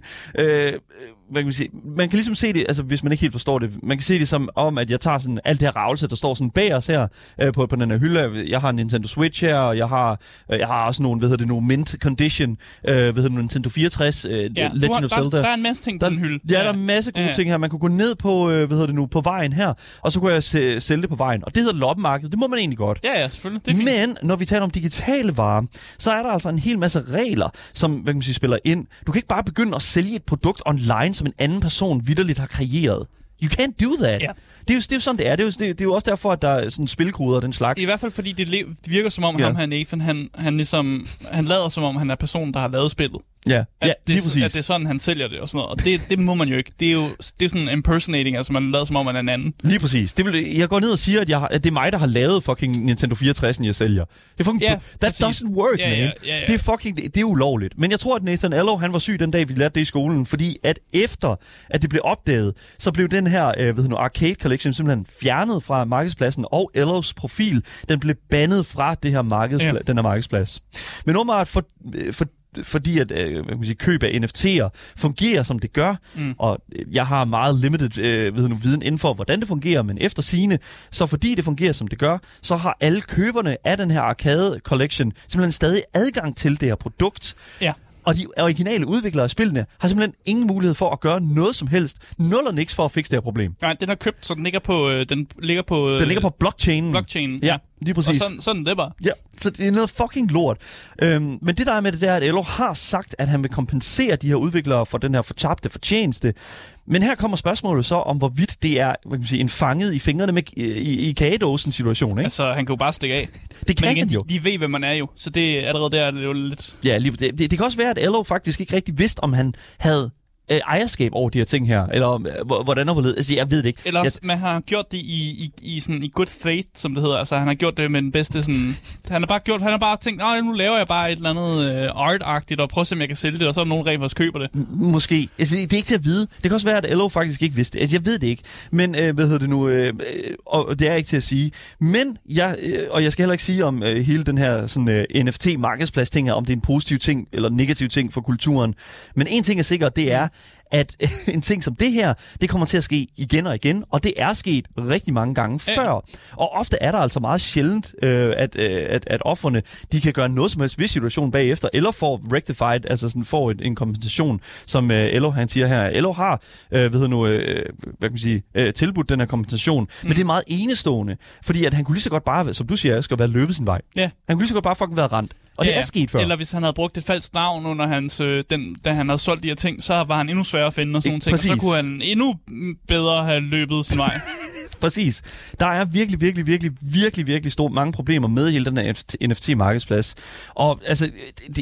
hvad kan man sige? Man kan ligesom se det, altså hvis man ikke helt forstår det, man kan se det som om, at jeg tager sådan alt det her ravelse, der står sådan bag os her på den her hylde. Jeg har en Nintendo Switch her, og jeg har også nogle, mint condition, Nintendo 64, Legend of Zelda. Der er en masse ting på den hylde. Ja, der er en masse gode ting her. Man kunne gå ned på, på vejen her, og så kunne jeg sælge det på vejen. Og det hedder loppemarked. Det må man egentlig godt. Ja, selvfølgelig. Det er fint. Men når vi taler om digitale varer, så er der altså en hel masse regler, som hvad kan man sige, spiller ind. Du kan ikke bare begynde at sælge et produkt online, som en anden person vitterligt har kreeret. You can't do that. Yeah. Det er jo sådan, det er. Det er jo også derfor, at der er sådan spilkoder og den slags. I hvert fald, fordi det virker som om ham her, Nathan, han lader som om, han er personen, der har lavet spillet. Ja, lige præcis. At det er sådan, han sælger det og sådan noget. Og det må man jo ikke. Det er sådan impersonating, altså man lader som om, man er en anden. Lige præcis. Jeg går ned og siger, at det er mig, der har lavet fucking Nintendo 64, jeg sælger. Det er fucking... That doesn't work, man. Det er fucking... Det er ulovligt. Men jeg tror, at Nathan Allo, han var syg den dag, vi lærte det i skolen, fordi at efter, at det blev opdaget, så blev den her, Arcade Collection simpelthen fjernet fra markedspladsen, og Allos profil, den blev bandet fra det her den her markedsplads. Men åbenbart fordi at køb af NFT'er fungerer, som det gør, og jeg har meget limited viden inden for, hvordan det fungerer, men efter sigende, så fordi det fungerer, som det gør, så har alle køberne af den her Arcade Collection simpelthen stadig adgang til det her produkt. Ja. Og de originale udviklere af spillene har simpelthen ingen mulighed for at gøre noget som helst. Nul og niks for at fikse det her problem. Nej, den er købt, så den ligger på blockchainen. Ja, lige præcis. Og sådan det bare. Ja, så det er noget fucking lort. Men det der er med det der, at Allo har sagt, at han vil kompensere de her udviklere for den her fortabte fortjeneste. Men her kommer spørgsmålet så om, hvorvidt det er en fanget i fingrene med i kagedåsen situation, ikke? Altså, han kan jo bare stikke af. Det kan han jo. De ved, hvem man er jo, så det allerede der er det jo lidt... Ja, det kan også være, at Allo faktisk ikke rigtig vidste, om han havde ejerskab over de her ting her, eller hvordan overledes. Altså, jeg ved det ikke. Eller man har gjort det i good faith, som det hedder. Altså, han har gjort det med den bedste sådan... Han har bare tænkt, nu laver jeg bare et eller andet art-agtigt, og prøver at se, om jeg kan sælge det, og så er der nogen rent faktisk køber det. Måske. Altså, det er ikke til at vide. Det kan også være, at Allo faktisk ikke vidste det. Altså, jeg ved det ikke. Men, og det er ikke til at sige. Men, jeg skal heller ikke sige om hele den her sådan, NFT-markedsplads-ting her, om det er en positiv ting, eller negativ ting for kulturen. Men en ting er sikkert, det er, at en ting som det her, det kommer til at ske igen og igen, og det er sket rigtig mange gange før. Og ofte er der altså meget sjældent, at offerne, de kan gøre noget som helst ved situationen bagefter, eller får rectified, altså sådan får en kompensation, som Allo han siger her. Allo har, tilbudt den her kompensation, men det er meget enestående, fordi at han kunne lige så godt bare, som du siger, skal være løbet sin vej. Han kunne lige så godt bare fucking være rendt. Og det er sket før. Eller hvis han havde brugt et falsk navn under hans, da han havde solgt de her ting, så var han endnu sværere at finde og sådan nogle ting. Og så kunne han endnu bedre have løbet sin vej. Præcis. Der er virkelig mange problemer med hele den her NFT-markedsplads. Og altså,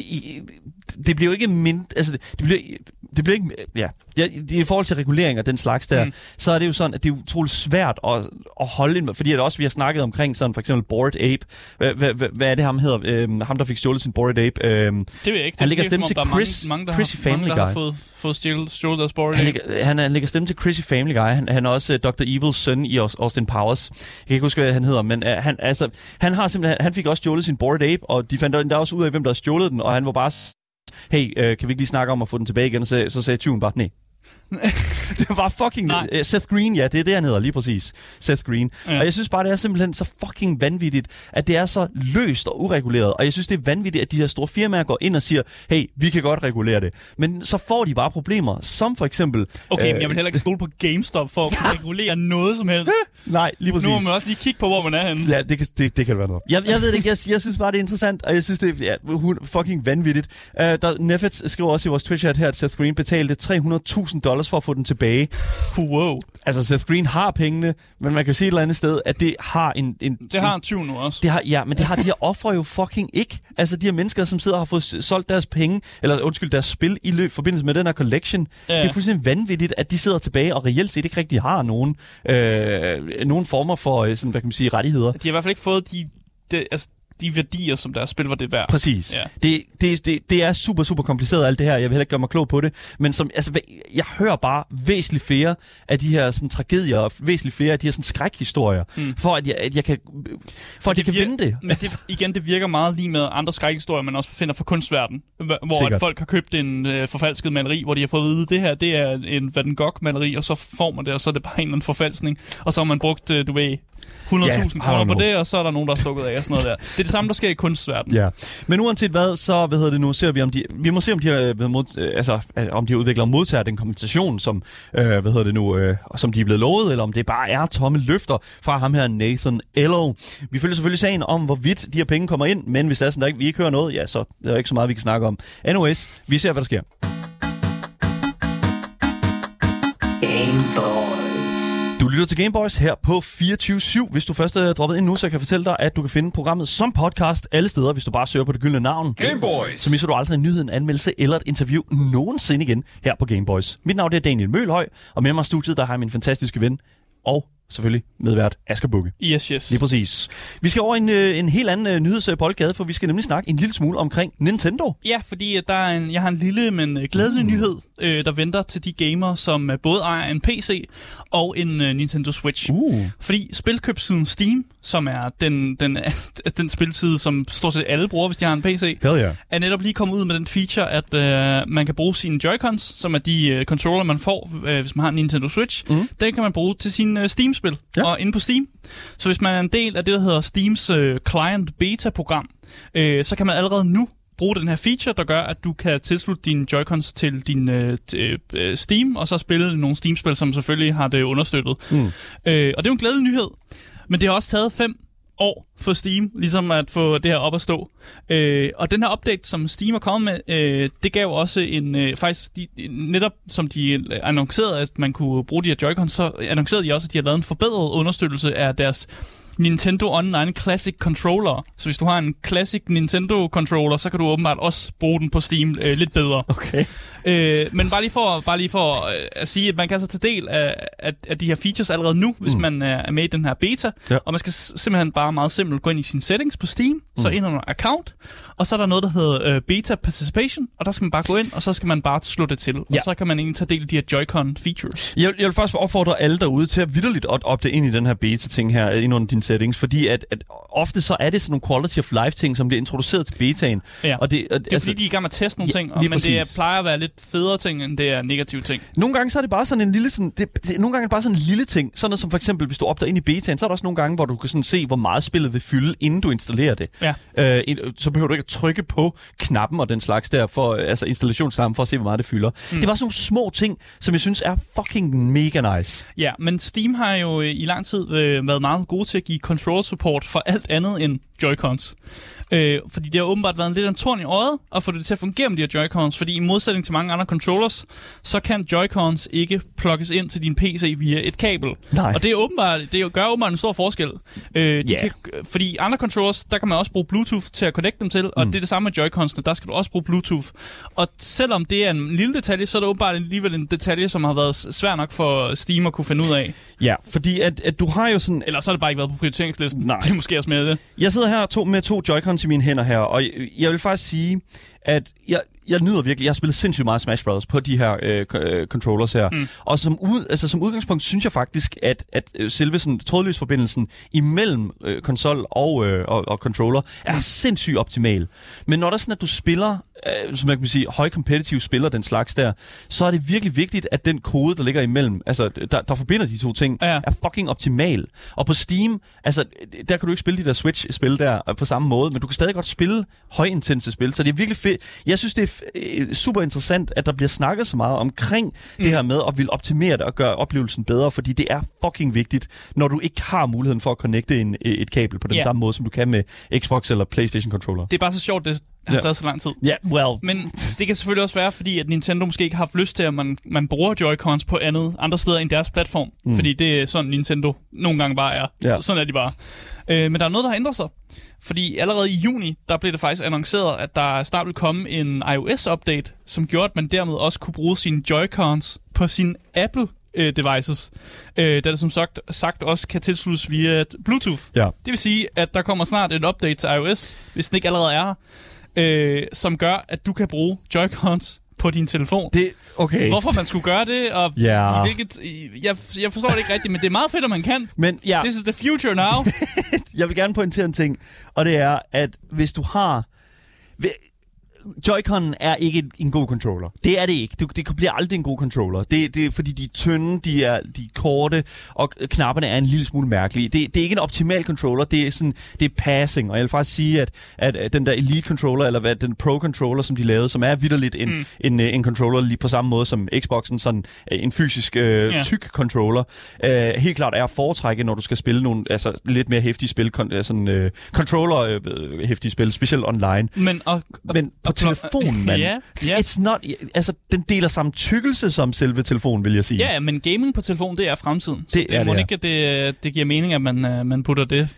det bliver jo ikke altså, det bliver ikke, ja, i forhold til regulering og den slags der, så er det jo sådan, at det er utroligt svært at holde ind, fordi det også, vi har snakket omkring sådan, for eksempel Bored Ape. Hvad er det, ham hedder? Ham, der fik stjålet sin Bored Ape. Det ved jeg ikke. Han lægger stemme til Chrissy Family Guy. Fået stjålet deres Bored Ape. Han lægger stemme til Chrissy Family Guy. Han er også Dr. Evils søn i Austin Powers. Jeg kan ikke huske, hvad han hedder, men han fik også stjålet sin Bored Ape, og de fandt der også ud af, hvem der har stjålet den, og han var bare hey, kan vi ikke lige snakke om at få den tilbage igen? Så sagde Tune bare, nej. Det var fucking Seth Green, ja, det er det, han hedder lige præcis. Seth Green. Ja. Og jeg synes bare, det er simpelthen så fucking vanvittigt, at det er så løst og ureguleret. Og jeg synes, det er vanvittigt, at de her store firmaer går ind og siger, hey, vi kan godt regulere det. Men så får de bare problemer, som for eksempel... Okay, men jeg vil heller ikke stole på GameStop for at regulere noget som helst. Nej, lige præcis. Nu må man også lige kigge på, hvor man er henne. Ja, det kan det være noget. Jeg ved det ikke, jeg synes bare, det er interessant, og jeg synes, det er fucking vanvittigt. Nefets skriver også i vores Twitch-chat her, at Seth Green betalte $300,000 for at få den tilbage. Wow. Altså, Seth Green har pengene, men man kan sige et eller andet sted, at det har en det har en 20 nu også. Men det har de her ofre jo fucking ikke. Altså, de her mennesker, som sidder og har fået solgt deres penge, eller deres spil i forbindelse med den her collection. Ja. Det er fuldstændig vanvittigt, at de sidder tilbage og reelt set ikke rigtig har nogen former for, sådan, hvad kan man sige, rettigheder. De har i hvert fald ikke fået de værdier, som deres spil var det værd. Præcis. Ja. Det er super, super kompliceret alt det her. Jeg vil heller ikke gøre mig klog på det. Men jeg hører bare væsentligt flere af de her sådan, tragedier, og væsentligt flere af de her sådan, skrækhistorier, for at jeg kan vinde det. Men det virker meget lige med andre skrækhistorier, man også finder fra kunstverden. Hvor at folk har købt en forfalsket maleri, hvor de har fået at vide, det her, det er en Van Gogh-maleri, og så får man det, og så er det bare en eller anden forfalskning. Og så har man brugt, 100.000 kroner på det, og så er der nogen, der er stukket af og sådan noget der. Det er det samme, der sker i kunstverdenen. Ja. Men uanset hvad, så ser vi, om de udvikler og modtager den kompensation, som som de er blevet lovet, eller om det bare er tomme løfter fra ham her Nathan Ello. Vi følger selvfølgelig sagen om, hvorvidt de her penge kommer ind, men hvis det er sådan, at vi ikke hører noget, ja, så er der ikke så meget, vi kan snakke om. Anyways, vi ser, hvad der sker. Du lytter til Gameboys her på 24/7. Hvis du først er droppet ind nu, så kan jeg fortælle dig, at du kan finde programmet som podcast alle steder, hvis du bare søger på det gyldne navn. Gameboys! Så misser du aldrig en nyhed, en anmeldelse eller et interview nogensinde igen her på Gameboys. Mit navn er Daniel Mølhøj, og med mig i studiet, der har jeg min fantastiske ven og selvfølgelig medvært Asger Bukke. Yes. Lige præcis. Vi skal over en helt anden nyhedsboldgade, for vi skal nemlig snakke en lille smule omkring Nintendo. Ja, fordi jeg har en lille, men glædelig nyhed, der venter til de gamere, som både ejer en PC og en Nintendo Switch. Fordi spilkøbssiden Steam, som er den spilside, som stort set alle bruger, hvis de har en PC, er netop lige kommet ud med den feature, at man kan bruge sine Joy-Cons, som er de controller, man får, hvis man har en Nintendo Switch. Den kan man bruge til sin Steam-spil, og inde på Steam. Så hvis man er en del af det, der hedder Steams Client Beta-program, så kan man allerede nu bruge den her feature, der gør, at du kan tilslutte dine Joy-Cons til din Steam, og så spille nogle Steam-spil, som selvfølgelig har det understøttet. Og det er jo en glædelig nyhed, men det har også taget 5 år for Steam, ligesom at få det her op at stå. Og den her update, som Steam er kommet med, det gav også netop som de annoncerede, at man kunne bruge de her Joy-Cons, så annoncerede de også, at de har lavet en forbedret understøttelse af deres Nintendo Online Classic Controller. Så hvis du har en Classic Nintendo Controller, så kan du åbenbart også bruge den på Steam lidt bedre. Okay. Men bare lige for at sige, at man kan altså tage del af de her features allerede nu, hvis man er med i den her beta. Ja. Og man skal simpelthen bare meget simpelt gå ind i sine settings på Steam, så ind under account, og så er der noget, der hedder beta participation, og der skal man bare gå ind, og så skal man bare slå det til. Ja. Og så kan man egentlig tage del i de her Joy-Con features. Jeg vil faktisk opfordre alle derude til at vitterligt opdage ind i den her beta-ting her, ind under dine settings, fordi at ofte så er det sådan nogle quality of life ting, som bliver introduceret til betaen. Ja. Og det er fordi, de er i gang med at teste nogle ting, men det plejer at være lidt federe ting, end det er negative ting. Nogle gange så er det bare sådan en lille nogle gange er det bare sådan en lille ting, sådan noget som for eksempel, hvis du opdager ind i betaen, så er der også nogle gange, hvor du kan sådan se, hvor meget spillet vil fylde, inden du installerer det. Ja. Så behøver du ikke at trykke på knappen og den slags der, altså installationsknappen, for at se, hvor meget det fylder. Det er bare sådan nogle små ting, som jeg synes er fucking mega nice. Ja, men Steam har jo i lang tid været meget gode til at give control support for alt andet end Joy-Cons. Fordi det har åbenbart været lidt en torn i øjet at få det til at fungere med de her Joy-Cons, fordi i modsætning til mange andre controllers, så kan Joy-Cons ikke plugges ind til din PC via et kabel. Nej. Og det gør åbenbart en stor forskel. Fordi andre controllers, der kan man også bruge Bluetooth til at connecte dem til, og det er det samme med Joy-Cons'ene, der skal du også bruge Bluetooth. Og selvom det er en lille detalje, så er det åbenbart alligevel en detalje, som har været svær nok for Steam at kunne finde ud af. Ja, fordi at du har jo sådan... Eller så har det bare ikke været på prioriteringslisten. Nej. Det er måske også med det. Jeg sidder her med to Joy-Cons i mine hænder her, og jeg vil faktisk sige, at jeg nyder virkelig, jeg har spillet sindssygt meget Smash Bros. På de her controllers her. Og som udgangspunkt synes jeg faktisk, at selve sådan trådløsforbindelsen imellem konsol og controller er sindssygt optimal. Men når der sådan, at du spiller, som jeg kan sige, høj competitive spiller den slags der, så er det virkelig vigtigt, at den kode, der ligger imellem, altså der forbinder de to ting, er fucking optimal. Og på Steam, altså der kan du ikke spille de der Switch-spil der på samme måde, men du kan stadig godt spille højintense spil, så det er virkelig fedt. Jeg synes, det er super interessant, at der bliver snakket så meget omkring det her med at ville optimere det og gøre oplevelsen bedre, fordi det er fucking vigtigt, når du ikke har muligheden for at connecte et kabel på den samme måde, som du kan med Xbox eller PlayStation controller. Det er bare så sjovt, det har taget så lang tid. Men det kan selvfølgelig også være, fordi at Nintendo måske ikke har haft lyst til, at man bruger Joy-Cons på andre steder end deres platform. Fordi det er sådan, Nintendo nogle gange bare er. Ja. Sådan er de bare. Men der er noget, der har ændret sig. Fordi allerede i juni, der blev det faktisk annonceret, at der snart vil komme en iOS-update, som gjorde, at man dermed også kunne bruge sine Joy-Cons på sine Apple devices, da det som sagt også kan tilsluttes via Bluetooth. Ja. Det vil sige, at der kommer snart en update til iOS, hvis den ikke allerede er her, som gør, at du kan bruge Joy-Cons på din telefon. Okay. Hvorfor man skulle gøre det, og hvilket... Jeg forstår det ikke rigtigt, men det er meget fedt, at man kan. Men, this is the future now. Jeg vil gerne pointere en ting, og det er, at hvis du har... Joy-Con er ikke en god controller. Det er det ikke. Det bliver aldrig en god controller. Det er fordi, de er tynde, de er korte, og knapperne er en lille smule mærkelige. Det er ikke en optimal controller. Det er passing. Og jeg vil faktisk sige, at den der Elite controller, eller den Pro controller, som de lavede, som er vitterligt en controller lige på samme måde som Xboxen, sådan en fysisk tyk controller, helt klart er at foretrække, når du skal spille nogle lidt mere hæftige spil, controller-hæftige spil, specielt online. Men på telefonen, mand. It's not... Altså, den deler samme tykkelse som selve telefonen, vil jeg sige. Ja, men gaming på telefonen, det er fremtiden. Det må ikke, det giver mening, at man putter det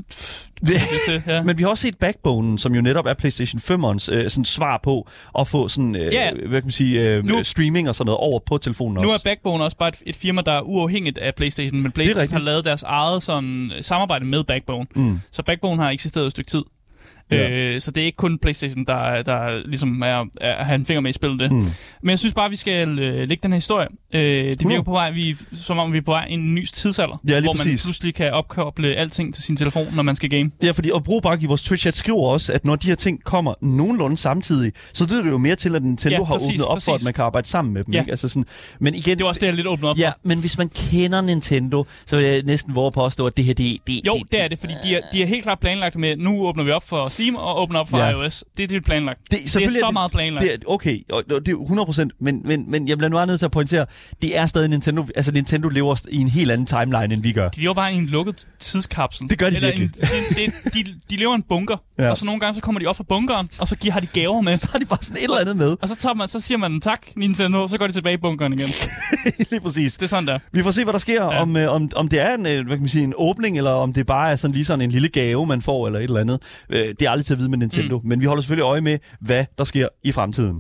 til. Ja. Men vi har også set Backbone, som jo netop er PlayStation 5'ernes sådan svar på at få sådan, hvad kan man sige, streaming og sådan noget over på telefonen også. Nu er Backbone også bare et firma, der er uafhængigt af PlayStation, men PlayStation har lavet deres eget sådan samarbejde med Backbone. Så Backbone har eksisteret et stykke tid. Ja. Så det er ikke kun PlayStation, der ligesom er have en finger med i spillet det. Men jeg synes bare, vi skal lægge den her historie. Det virker på vej, som om vi er på vej i en ny tidsalder, hvor man pludselig kan opkoble alting til sin telefon, når man skal game. Ja, fordi og Brobak i vores Twitch-chat skriver også, at når de her ting kommer nogenlunde samtidig, så lyder det jo mere til, at Nintendo har åbnet op for, at man kan arbejde sammen med dem. Ikke? Altså sådan, men igen, det er også det, jeg lidt åbner op for. Ja, men hvis man kender Nintendo, så vil jeg næsten våge påstå, at det her, det er det, fordi de er helt klart planlagt med, nu åbner vi op for Steam og åbner op for iOS. Det er planlagt. Det er så meget planlagt. Det er, okay, det er 100%, men jeg bliver nu nødt til at pointere, det er stadig Nintendo. Altså Nintendo lever i en helt anden timeline, end vi gør. De lever bare i en lukket tidskapsel. Det gør de virkelig. De lever i en bunker, og så nogle gange så kommer de op fra bunkeren, og så har de gaver med. Så har de bare sådan et eller andet med. Og så siger man tak, Nintendo, så går de tilbage i bunkeren igen. Lige præcis. Det er sådan der. Vi får se, hvad der sker, om det er hvad kan man sige, en åbning, eller om det bare er sådan lige sådan en lille gave, man får, eller et eller andet. Det er aldrig til at vide med Nintendo, men vi holder selvfølgelig øje med, hvad der sker i fremtiden.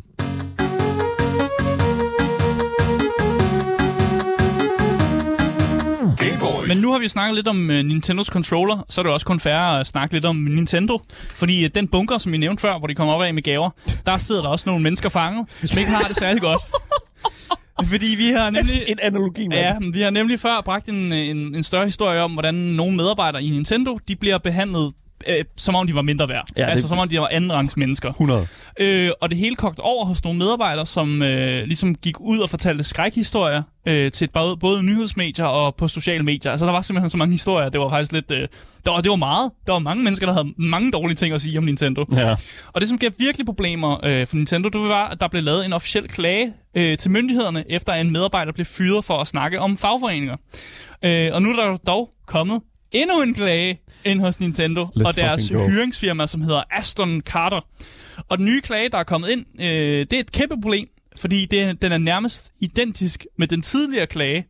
Men nu har vi snakket lidt om Nintendos controller, så er det også kun fair at snakke lidt om Nintendo. Fordi den bunker, som vi nævnte før, hvor de kommer op af med gaver, der sidder der også nogle mennesker fanget, som ikke har det særlig godt. Fordi vi har nemlig... En analogi, man. Ja, vi har nemlig før bragt en større historie om, hvordan nogle medarbejdere i Nintendo, de bliver behandlet som om de var mindre værd. Ja, altså som om de var andenrangs mennesker. 100. Og det hele kogt over hos nogle medarbejdere, som ligesom gik ud og fortalte skrækhistorier til både nyhedsmedier og på sociale medier. Altså der var simpelthen så mange historier, det var faktisk lidt... det var meget. Der var mange mennesker, der havde mange dårlige ting at sige om Nintendo. Ja. Og det, som gav virkelig problemer for Nintendo, det var, at der blev lavet en officiel klage til myndighederne, efter en medarbejder blev fyret for at snakke om fagforeninger. Og nu er der dog kommet endnu en klage ind hos Nintendo og deres hyringsfirma, som hedder Aston Carter. Og den nye klage, der er kommet ind, det er et kæmpe problem, fordi den er nærmest identisk med den tidligere klage.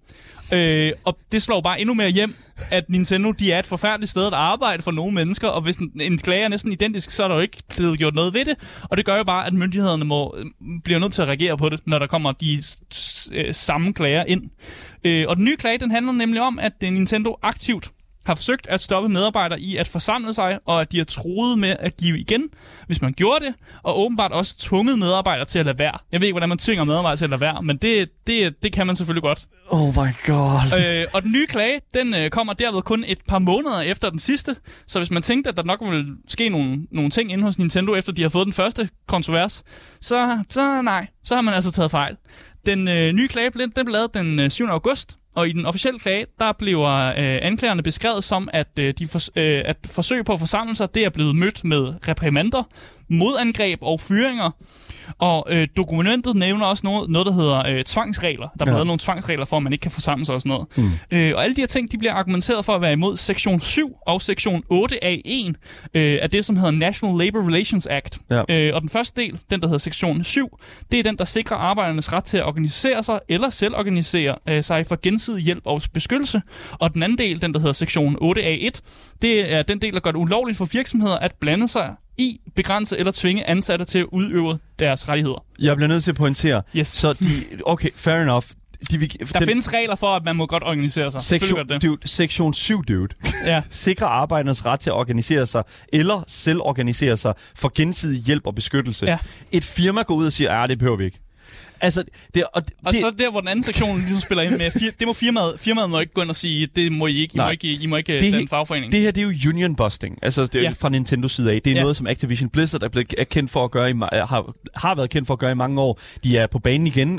Og det slår bare endnu mere hjem, at Nintendo, de er et forfærdeligt sted at arbejde for nogle mennesker, og hvis en klage er næsten identisk, så er der jo ikke blevet gjort noget ved det, og det gør jo bare, at myndighederne bliver nødt til at reagere på det, når der kommer de samme klager ind. Og den nye klage, den handler nemlig om, at Nintendo aktivt har forsøgt at stoppe medarbejdere i at forsamle sig, og at de har truet med at give igen, hvis man gjorde det, og åbenbart også tvunget medarbejdere til at lade være. Jeg ved ikke, hvordan man tvinger medarbejdere til at lade være, men det kan man selvfølgelig godt. Oh my god. Og den nye klage, den kommer derved kun et par måneder efter den sidste, så hvis man tænkte, at der nok ville ske nogle ting inde hos Nintendo, efter de har fået den første kontrovers, så har man altså taget fejl. Den nye klage den blev lavet den 7. august, og i den officielle klage, der bliver anklagerne beskrevet som, at at forsøg på at forsamle sig, det er blevet mødt med reprimander, modangreb og fyringer. Og dokumentet nævner også noget der hedder tvangsregler. Der bliver lavet nogle tvangsregler for, at man ikke kan forsamle sig og sådan noget. Og alle de her ting, de bliver argumenteret for at være imod sektion 7 og sektion 8A1 af det, som hedder National Labor Relations Act. Ja. Og den første del, den der hedder sektion 7, det er den, der sikrer arbejdernes ret til at organisere sig eller selv organisere sig for gensidig hjælp og beskyttelse. Og den anden del, den der hedder sektion 8A1, det er den del, der gør det ulovligt for virksomheder at blande sig i, begrænse eller tvinge ansatte til at udøve deres rettigheder. Jeg bliver nødt til at pointere. Yes. Så okay, fair enough. Der findes regler for, at man må godt organisere sig. Sektion 7, dude. Ja. Sikrer arbejdernes ret til at organisere sig, eller selv organisere sig for gensidig hjælp og beskyttelse. Ja. Et firma går ud og siger, det behøver vi ikke. Altså, så der, hvor den anden sektion ligesom spiller ind med, det må firmaet må ikke gå ind og sige, det må I ikke, I må ikke den fagforening. Det her, det er jo union busting, altså det er fra Nintendos side af. Det er noget, som Activision Blizzard er blevet kendt for at gøre har været kendt for at gøre i mange år. De er på banen igen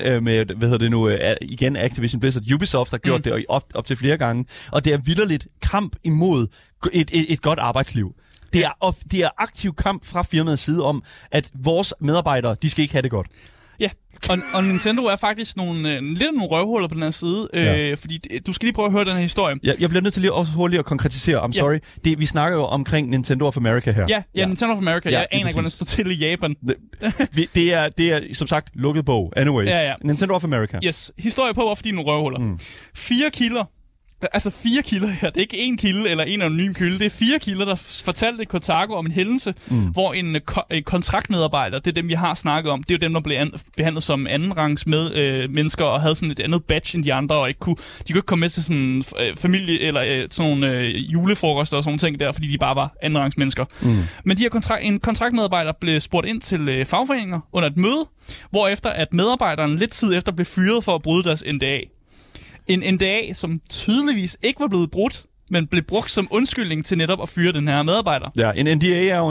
med, igen Activision Blizzard. Ubisoft har gjort det op til flere gange, og det er vitterligt kamp imod et godt arbejdsliv. Det er aktiv kamp fra firmaets side om, at vores medarbejdere, de skal ikke have det godt. Ja, og Nintendo er faktisk lidt nogle røvhuller på den her side, fordi du skal lige prøve at høre den her historie. Jeg bliver nødt til lige også hurtigt at konkretisere. Sorry. Vi snakker jo omkring Nintendo of America her. Ja, Nintendo of America. Jeg aner ikke, hvordan det står til i Japan. Det er som sagt lukket bog. Anyways. Ja. Nintendo of America. Yes. Historie på, hvorfor de er nogle røvhuller. 4 kilder. Altså 4 kilder her. Det er ikke en kilde eller en anonym kilde. Det er 4 kilder, der fortalte Kotaku om en hændelse, hvor en kontraktmedarbejder, det er dem, vi har snakket om, det er jo dem, der blev behandlet som andenrangs mennesker og havde sådan et andet badge end de andre, og de kunne ikke komme med til sådan familie eller sådan nogle julefrokoster og sådan ting der, fordi de bare var andenrangs mennesker. Men de her en kontraktmedarbejder blev spurgt ind til fagforeninger under et møde, hvorefter at medarbejderen lidt tid efter blev fyret for at bryde deres NDA. En NDA, som tydeligvis ikke var blevet brudt, men blev brugt som undskyldning til netop at fyre den her medarbejder. Ja, en NDA er jo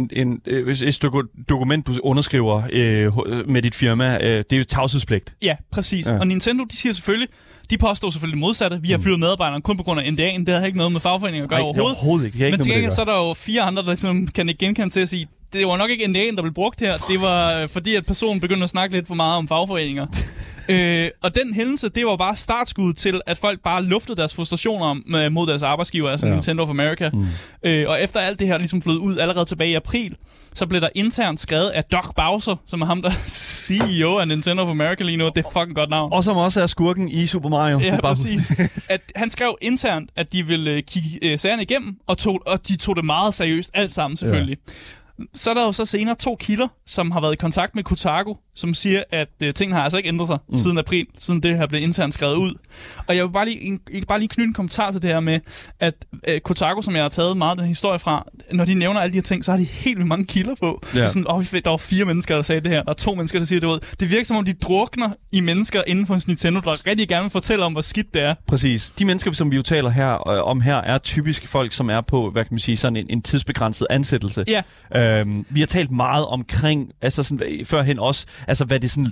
et dokument, du underskriver med dit firma. Det er jo tavshedspligt. Ja, præcis. Ja. Og Nintendo, de påstår selvfølgelig modsatte. Vi har fyret medarbejderen kun på grund af NDA'en. Det har ikke noget med fagforeninger at gøre overhovedet ikke. Men til gengæld så er der jo 4 andre, der ligesom kan genkende til at sige, det var nok ikke NDA'en, der blev brugt her. Det var fordi, at personen begyndte at snakke lidt for meget om fagforeninger. Og den hændelse, det var bare startskud til, at folk bare luftede deres frustrationer mod deres arbejdsgiver, altså Nintendo of America. Og efter alt det her ligesom flød ud allerede tilbage i april, så blev der internt skrevet af Doug Bowser, som er ham, der CEO af Nintendo of America lige nu. Det er fucking godt navn. Og som også er skurken i Super Mario. Ja, præcis. At han skrev internt, at de ville kigge sagerne igennem, og de tog det meget seriøst, alt sammen selvfølgelig. Ja. Så er der jo så senere 2 kilder, som har været i kontakt med Kotaku, som siger, at tingene har altså ikke ændret sig siden april, siden det her blev internt skrevet ud. Og jeg vil bare lige knytte en kommentar til det her med, at Kotaku, som jeg har taget meget af den historie fra, når de nævner alle de her ting, så har de helt vildt mange kilder på. Ja. Sådan, der var 4 mennesker, der sagde det her, der er 2 mennesker, der siger det ud. Det virker som om, de drukner i mennesker inden for Nintendo, der rigtig gerne vil fortælle om, hvor skidt det er. Præcis. De mennesker, som vi jo taler om her, er typisk folk, som er på, hvad kan man sige, sådan en tidsbegrænset ansættelse. Ja. Vi har talt meget omkring, altså sådan, førhen også, altså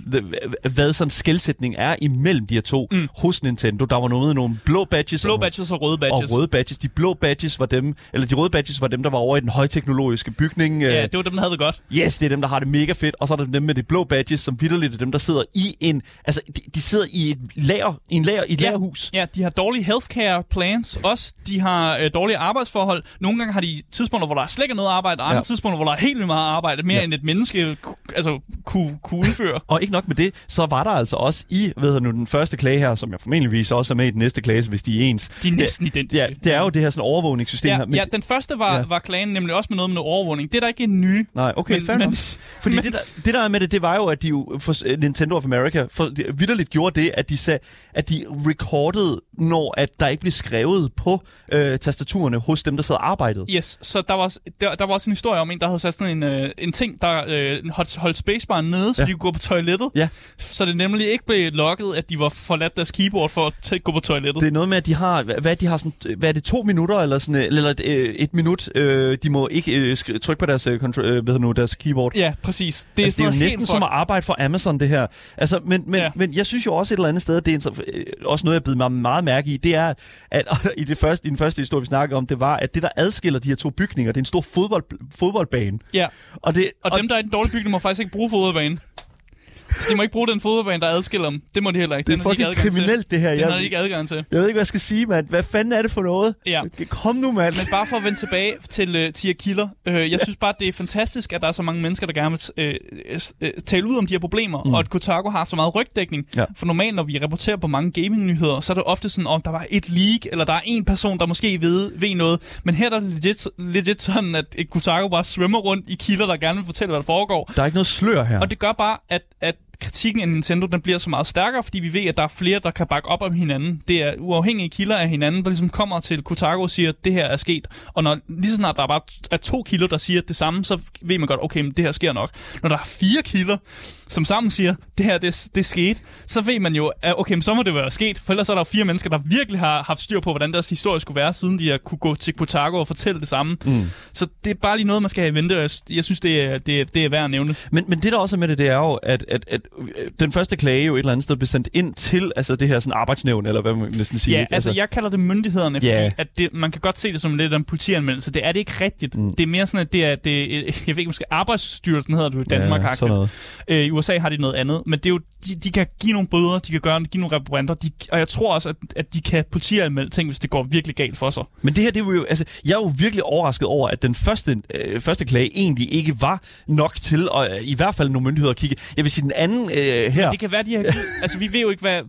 hvad sådan skelsætning er imellem de her to hos Nintendo. Der var nogle blå badges. Blå badges og røde badges. Og røde badges. De blå badges var dem, eller de røde badges var dem, der var over i den højteknologiske bygning. Ja, det var dem, der havde det godt. Yes, det er dem, der har det mega fedt. Og så er der dem med de blå badges, som vitterligt er dem, der sidder i en... Altså, de sidder i et lagerhus. Ja, de har dårlige healthcare plans også. De har dårlige arbejdsforhold. Nogle gange har de tidspunkter, hvor der slet ikke noget arbejde, og andre tidspunkter, hvor der er helt vildt meget arbejde, mere end et menneske kunne udføre. Og ikke nok med det, så var der altså også i, den første klage her, som jeg formentligvis også er med i den næste klage, hvis de er ens. De er næsten identiske. Ja, det er jo det her sådan overvågningssystem her. Ja, den første var klagen nemlig også med noget overvågning. Det er der ikke en ny. Nej, okay, fair nok. Fordi det der er med det var jo, at de jo for Nintendo of America vitterligt gjorde det, at de sagde, at de recordede, når at der ikke blev skrevet på tastaturerne hos dem, der sad og arbejdede. Yes, så der var også en historie om en, der havde sat sådan en ting, der holdt spacebaren nede, så de kunne gå på toilettet. Ja. Så det nemlig ikke blev logget, at de var forladt deres keyboard for at gå på toilettet. Det er noget med, at de har sådan, hvad er det, 2 minutter eller sådan, eller et minut, de må ikke trykke på deres deres keyboard. Ja, præcis. Det er jo næsten som at arbejde for Amazon, det her. Altså, men jeg synes jo også et eller andet sted, det er også noget, jeg bider mig meget mærke i, det er, at i den første historie, vi snakker om, det var, at det, der adskiller de her to bygninger, det er en stor fodboldbane. Ja, og dem, der er i den dårlige bygning, må faktisk ikke bruge fodboldbanen. Så de må ikke bruge den fodboldbane, der adskiller dem. Det må de heller ikke. Det er fucking kriminelt, det her. Den har de ikke adgang til. Jeg ved ikke, hvad jeg skal sige, mand. Hvad fanden er det for noget? Ja. Kom nu, mand. Men bare for at vende tilbage til Tia Killer. Jeg synes bare, det er fantastisk, at der er så mange mennesker, der gerne vil tale ud om de her problemer. Og at Kotaku har så meget rygdækning. Ja. For normalt, når vi rapporterer på mange gaming-nyheder, så er det ofte sådan, om der var et leak, eller der er en person, der måske ved noget. Men her er det legit sådan, at Kotaku bare svømmer rundt i kilder, der gerne vil fortælle, hvad der foregår. Der er ikke noget slør her. Og det gør bare, at kritikken af Nintendo, den bliver så meget stærkere, fordi vi ved, at der er flere, der kan bakke op om hinanden. Det er uafhængige kilder af hinanden, der ligesom kommer til Kotaku og siger, at det her er sket. Og når lige så snart der bare er 2 kilder, der siger det samme, så ved man godt, okay, men det her sker nok. Når der er 4 kilder, som sammen siger, det her, det skete, så ved man jo, at okay, men så må det være sket. For ellers er der 4 mennesker, der virkelig har haft styr på, hvordan deres historie skulle være, siden de har kunne gå til Kotaku og fortælle det samme. Så det er bare lige noget, man skal have i vente, og jeg synes, det er værd at nævne. Men det der også er med det er jo, at den første klage jo et eller andet sted blev sendt ind til altså det her sådan arbejdsnævn, eller hvad man næsten siger. Ja, altså jeg kalder det myndighederne, fordi at man kan godt se det som lidt af en politianmeldelse. Det er det ikke rigtigt. Det er mere sådan, at det er jeg ved ikke, måske Arbejdsstyrelsen hedder det i Danmark. I USA har de noget andet, men det er jo, de kan give nogle bøder, de kan give nogle reprimander, og jeg tror også, at de kan politianmelde ting, hvis det går virkelig galt for sig. Men det her, det var jo, altså, jeg er jo virkelig overrasket over, at den første klage egentlig ikke var nok til, og i hvert fald nogle myndigheder at kigge. Jeg vil sige, den anden her... Men det kan være, de har... altså, vi ved jo ikke,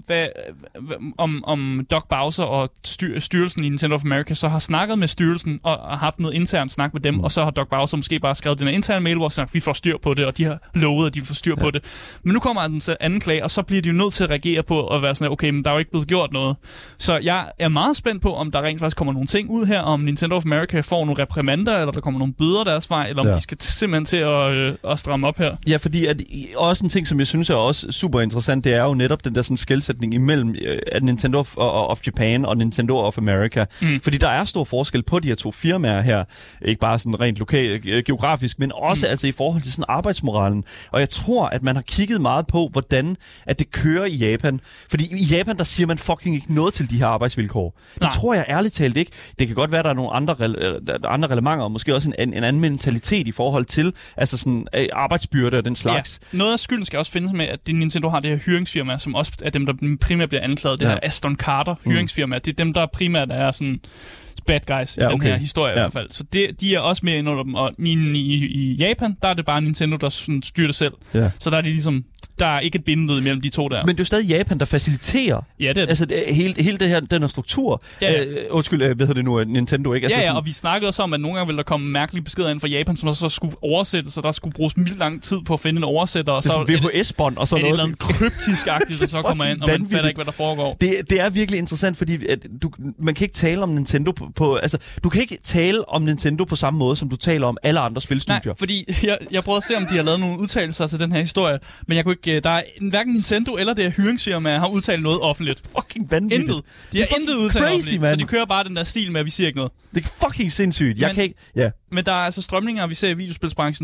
om Doug Bowser og styrelsen i Nintendo of America så har snakket med styrelsen og haft noget internt snak med dem, og så har Doug Bowser måske bare skrevet den her interne mail, hvor vi får styr på det, og de har lovet, at de får styr på det. Men nu kommer den anden klage, og så bliver de jo nødt til at reagere på at være sådan, okay, men der er jo ikke blevet gjort noget. Så jeg er meget spændt på, om der rent faktisk kommer nogle ting ud her, om Nintendo of America får nogle reprimander, eller der kommer nogle bøder deres vej, eller om de skal simpelthen til at stramme op her. Ja, fordi også en ting, som jeg synes er også super interessant, det er jo netop den der sådan skelsætning imellem Nintendo of Japan og Nintendo of America. Fordi der er stor forskel på de her to firmaer her. Ikke bare sådan rent lokalt, geografisk, men også altså i forhold til sådan arbejdsmoralen. Og jeg tror, at man har kigget meget på, hvordan at det kører i Japan. Fordi i Japan, der siger man fucking ikke noget til de her arbejdsvilkår. Det tror jeg ærligt talt ikke. Det kan godt være, at der er nogle andre relevanter, og måske også en anden mentalitet i forhold til altså sådan arbejdsbyrde og den slags. Ja. Noget af skylden skal også findes med, at Nintendo har det her hyringsfirma, som også er dem, der primært bliver anklaget. Det her Aston Carter hyringsfirma. Det er dem, der primært er sådan bad guys i den her historie i hvert fald. Så de er også med ind under dem. Og i Japan, der er det bare Nintendo, der sådan styrer det selv. Ja. Så der er det ligesom... Der er ikke et bindeled mellem de to der. Men det er jo stadig Japan, der faciliterer. Ja, det er det. Altså hele det her, den her struktur. Ja. Undskyld, ved det nu, Nintendo, ikke? Altså, ja, og vi snakkede også om, at nogle gange ville der komme mærkelige beskeder ind fra Japan, som så skulle oversættes, så der skulle bruges vildt lang tid på at finde en oversætter. Og det er sådan VHS-bånd og sådan noget. Et eller andet kryptisk-agtigt, der så kommer ind, og man fatter ikke, hvad der foregår. Det er virkelig interessant, fordi at man kan ikke tale om Nintendo på altså, du kan ikke tale om Nintendo på samme måde, som du taler om alle andre spilstudier. Nej, fordi jeg prøvede at se, om de har lavet nogle udtalelser til den her historie, men jeg kunne ikke... Der er hverken Nintendo eller det her hyringsfirma har udtalt noget offentligt. Fucking vanvittigt. Intet. De har intet udtalt offentligt, så de kører bare den der stil med, at vi siger ikke noget. Det er fucking sindssygt. Men der er altså strømninger, vi ser i videospilsbranchen, som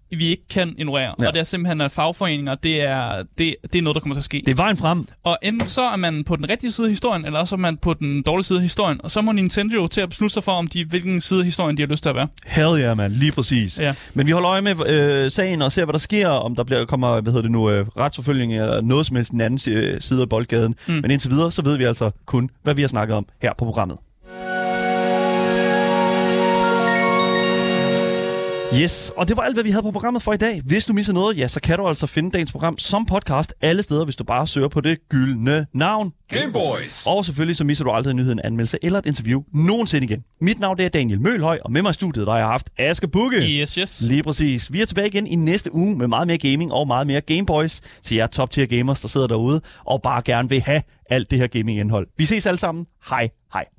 vi ikke kan ignorere. Ja. Og det er simpelthen, at fagforeninger, det er noget, der kommer til at ske. Det er vejen frem. Og enten så er man på den rigtige side af historien, eller så er man på den dårlige side af historien. Og så må Nintendo jo til at beslutte sig for, hvilken side af historien de har lyst til at være. Hell yeah, man. Lige præcis. Ja. Men vi holder øje med sagen og ser, hvad der sker, om der kommer, retsforfølgning eller noget som helst den anden side af boldgaden. Men indtil videre, så ved vi altså kun, hvad vi har snakket om her på programmet. Yes, og det var alt, hvad vi havde på programmet for i dag. Hvis du misser noget, ja, så kan du altså finde dagens program som podcast alle steder, hvis du bare søger på det gyldne navn. Gameboys! Og selvfølgelig så misser du aldrig en nyhed, en anmeldelse eller et interview nogensinde igen. Mit navn det er Daniel Mølhøj, og med mig i studiet, der har jeg haft Asger Bugge. Yes. Lige præcis. Vi er tilbage igen i næste uge med meget mere gaming og meget mere Gameboys til jer top-tier gamers, der sidder derude og bare gerne vil have alt det her gaming-indhold. Vi ses alle sammen. Hej.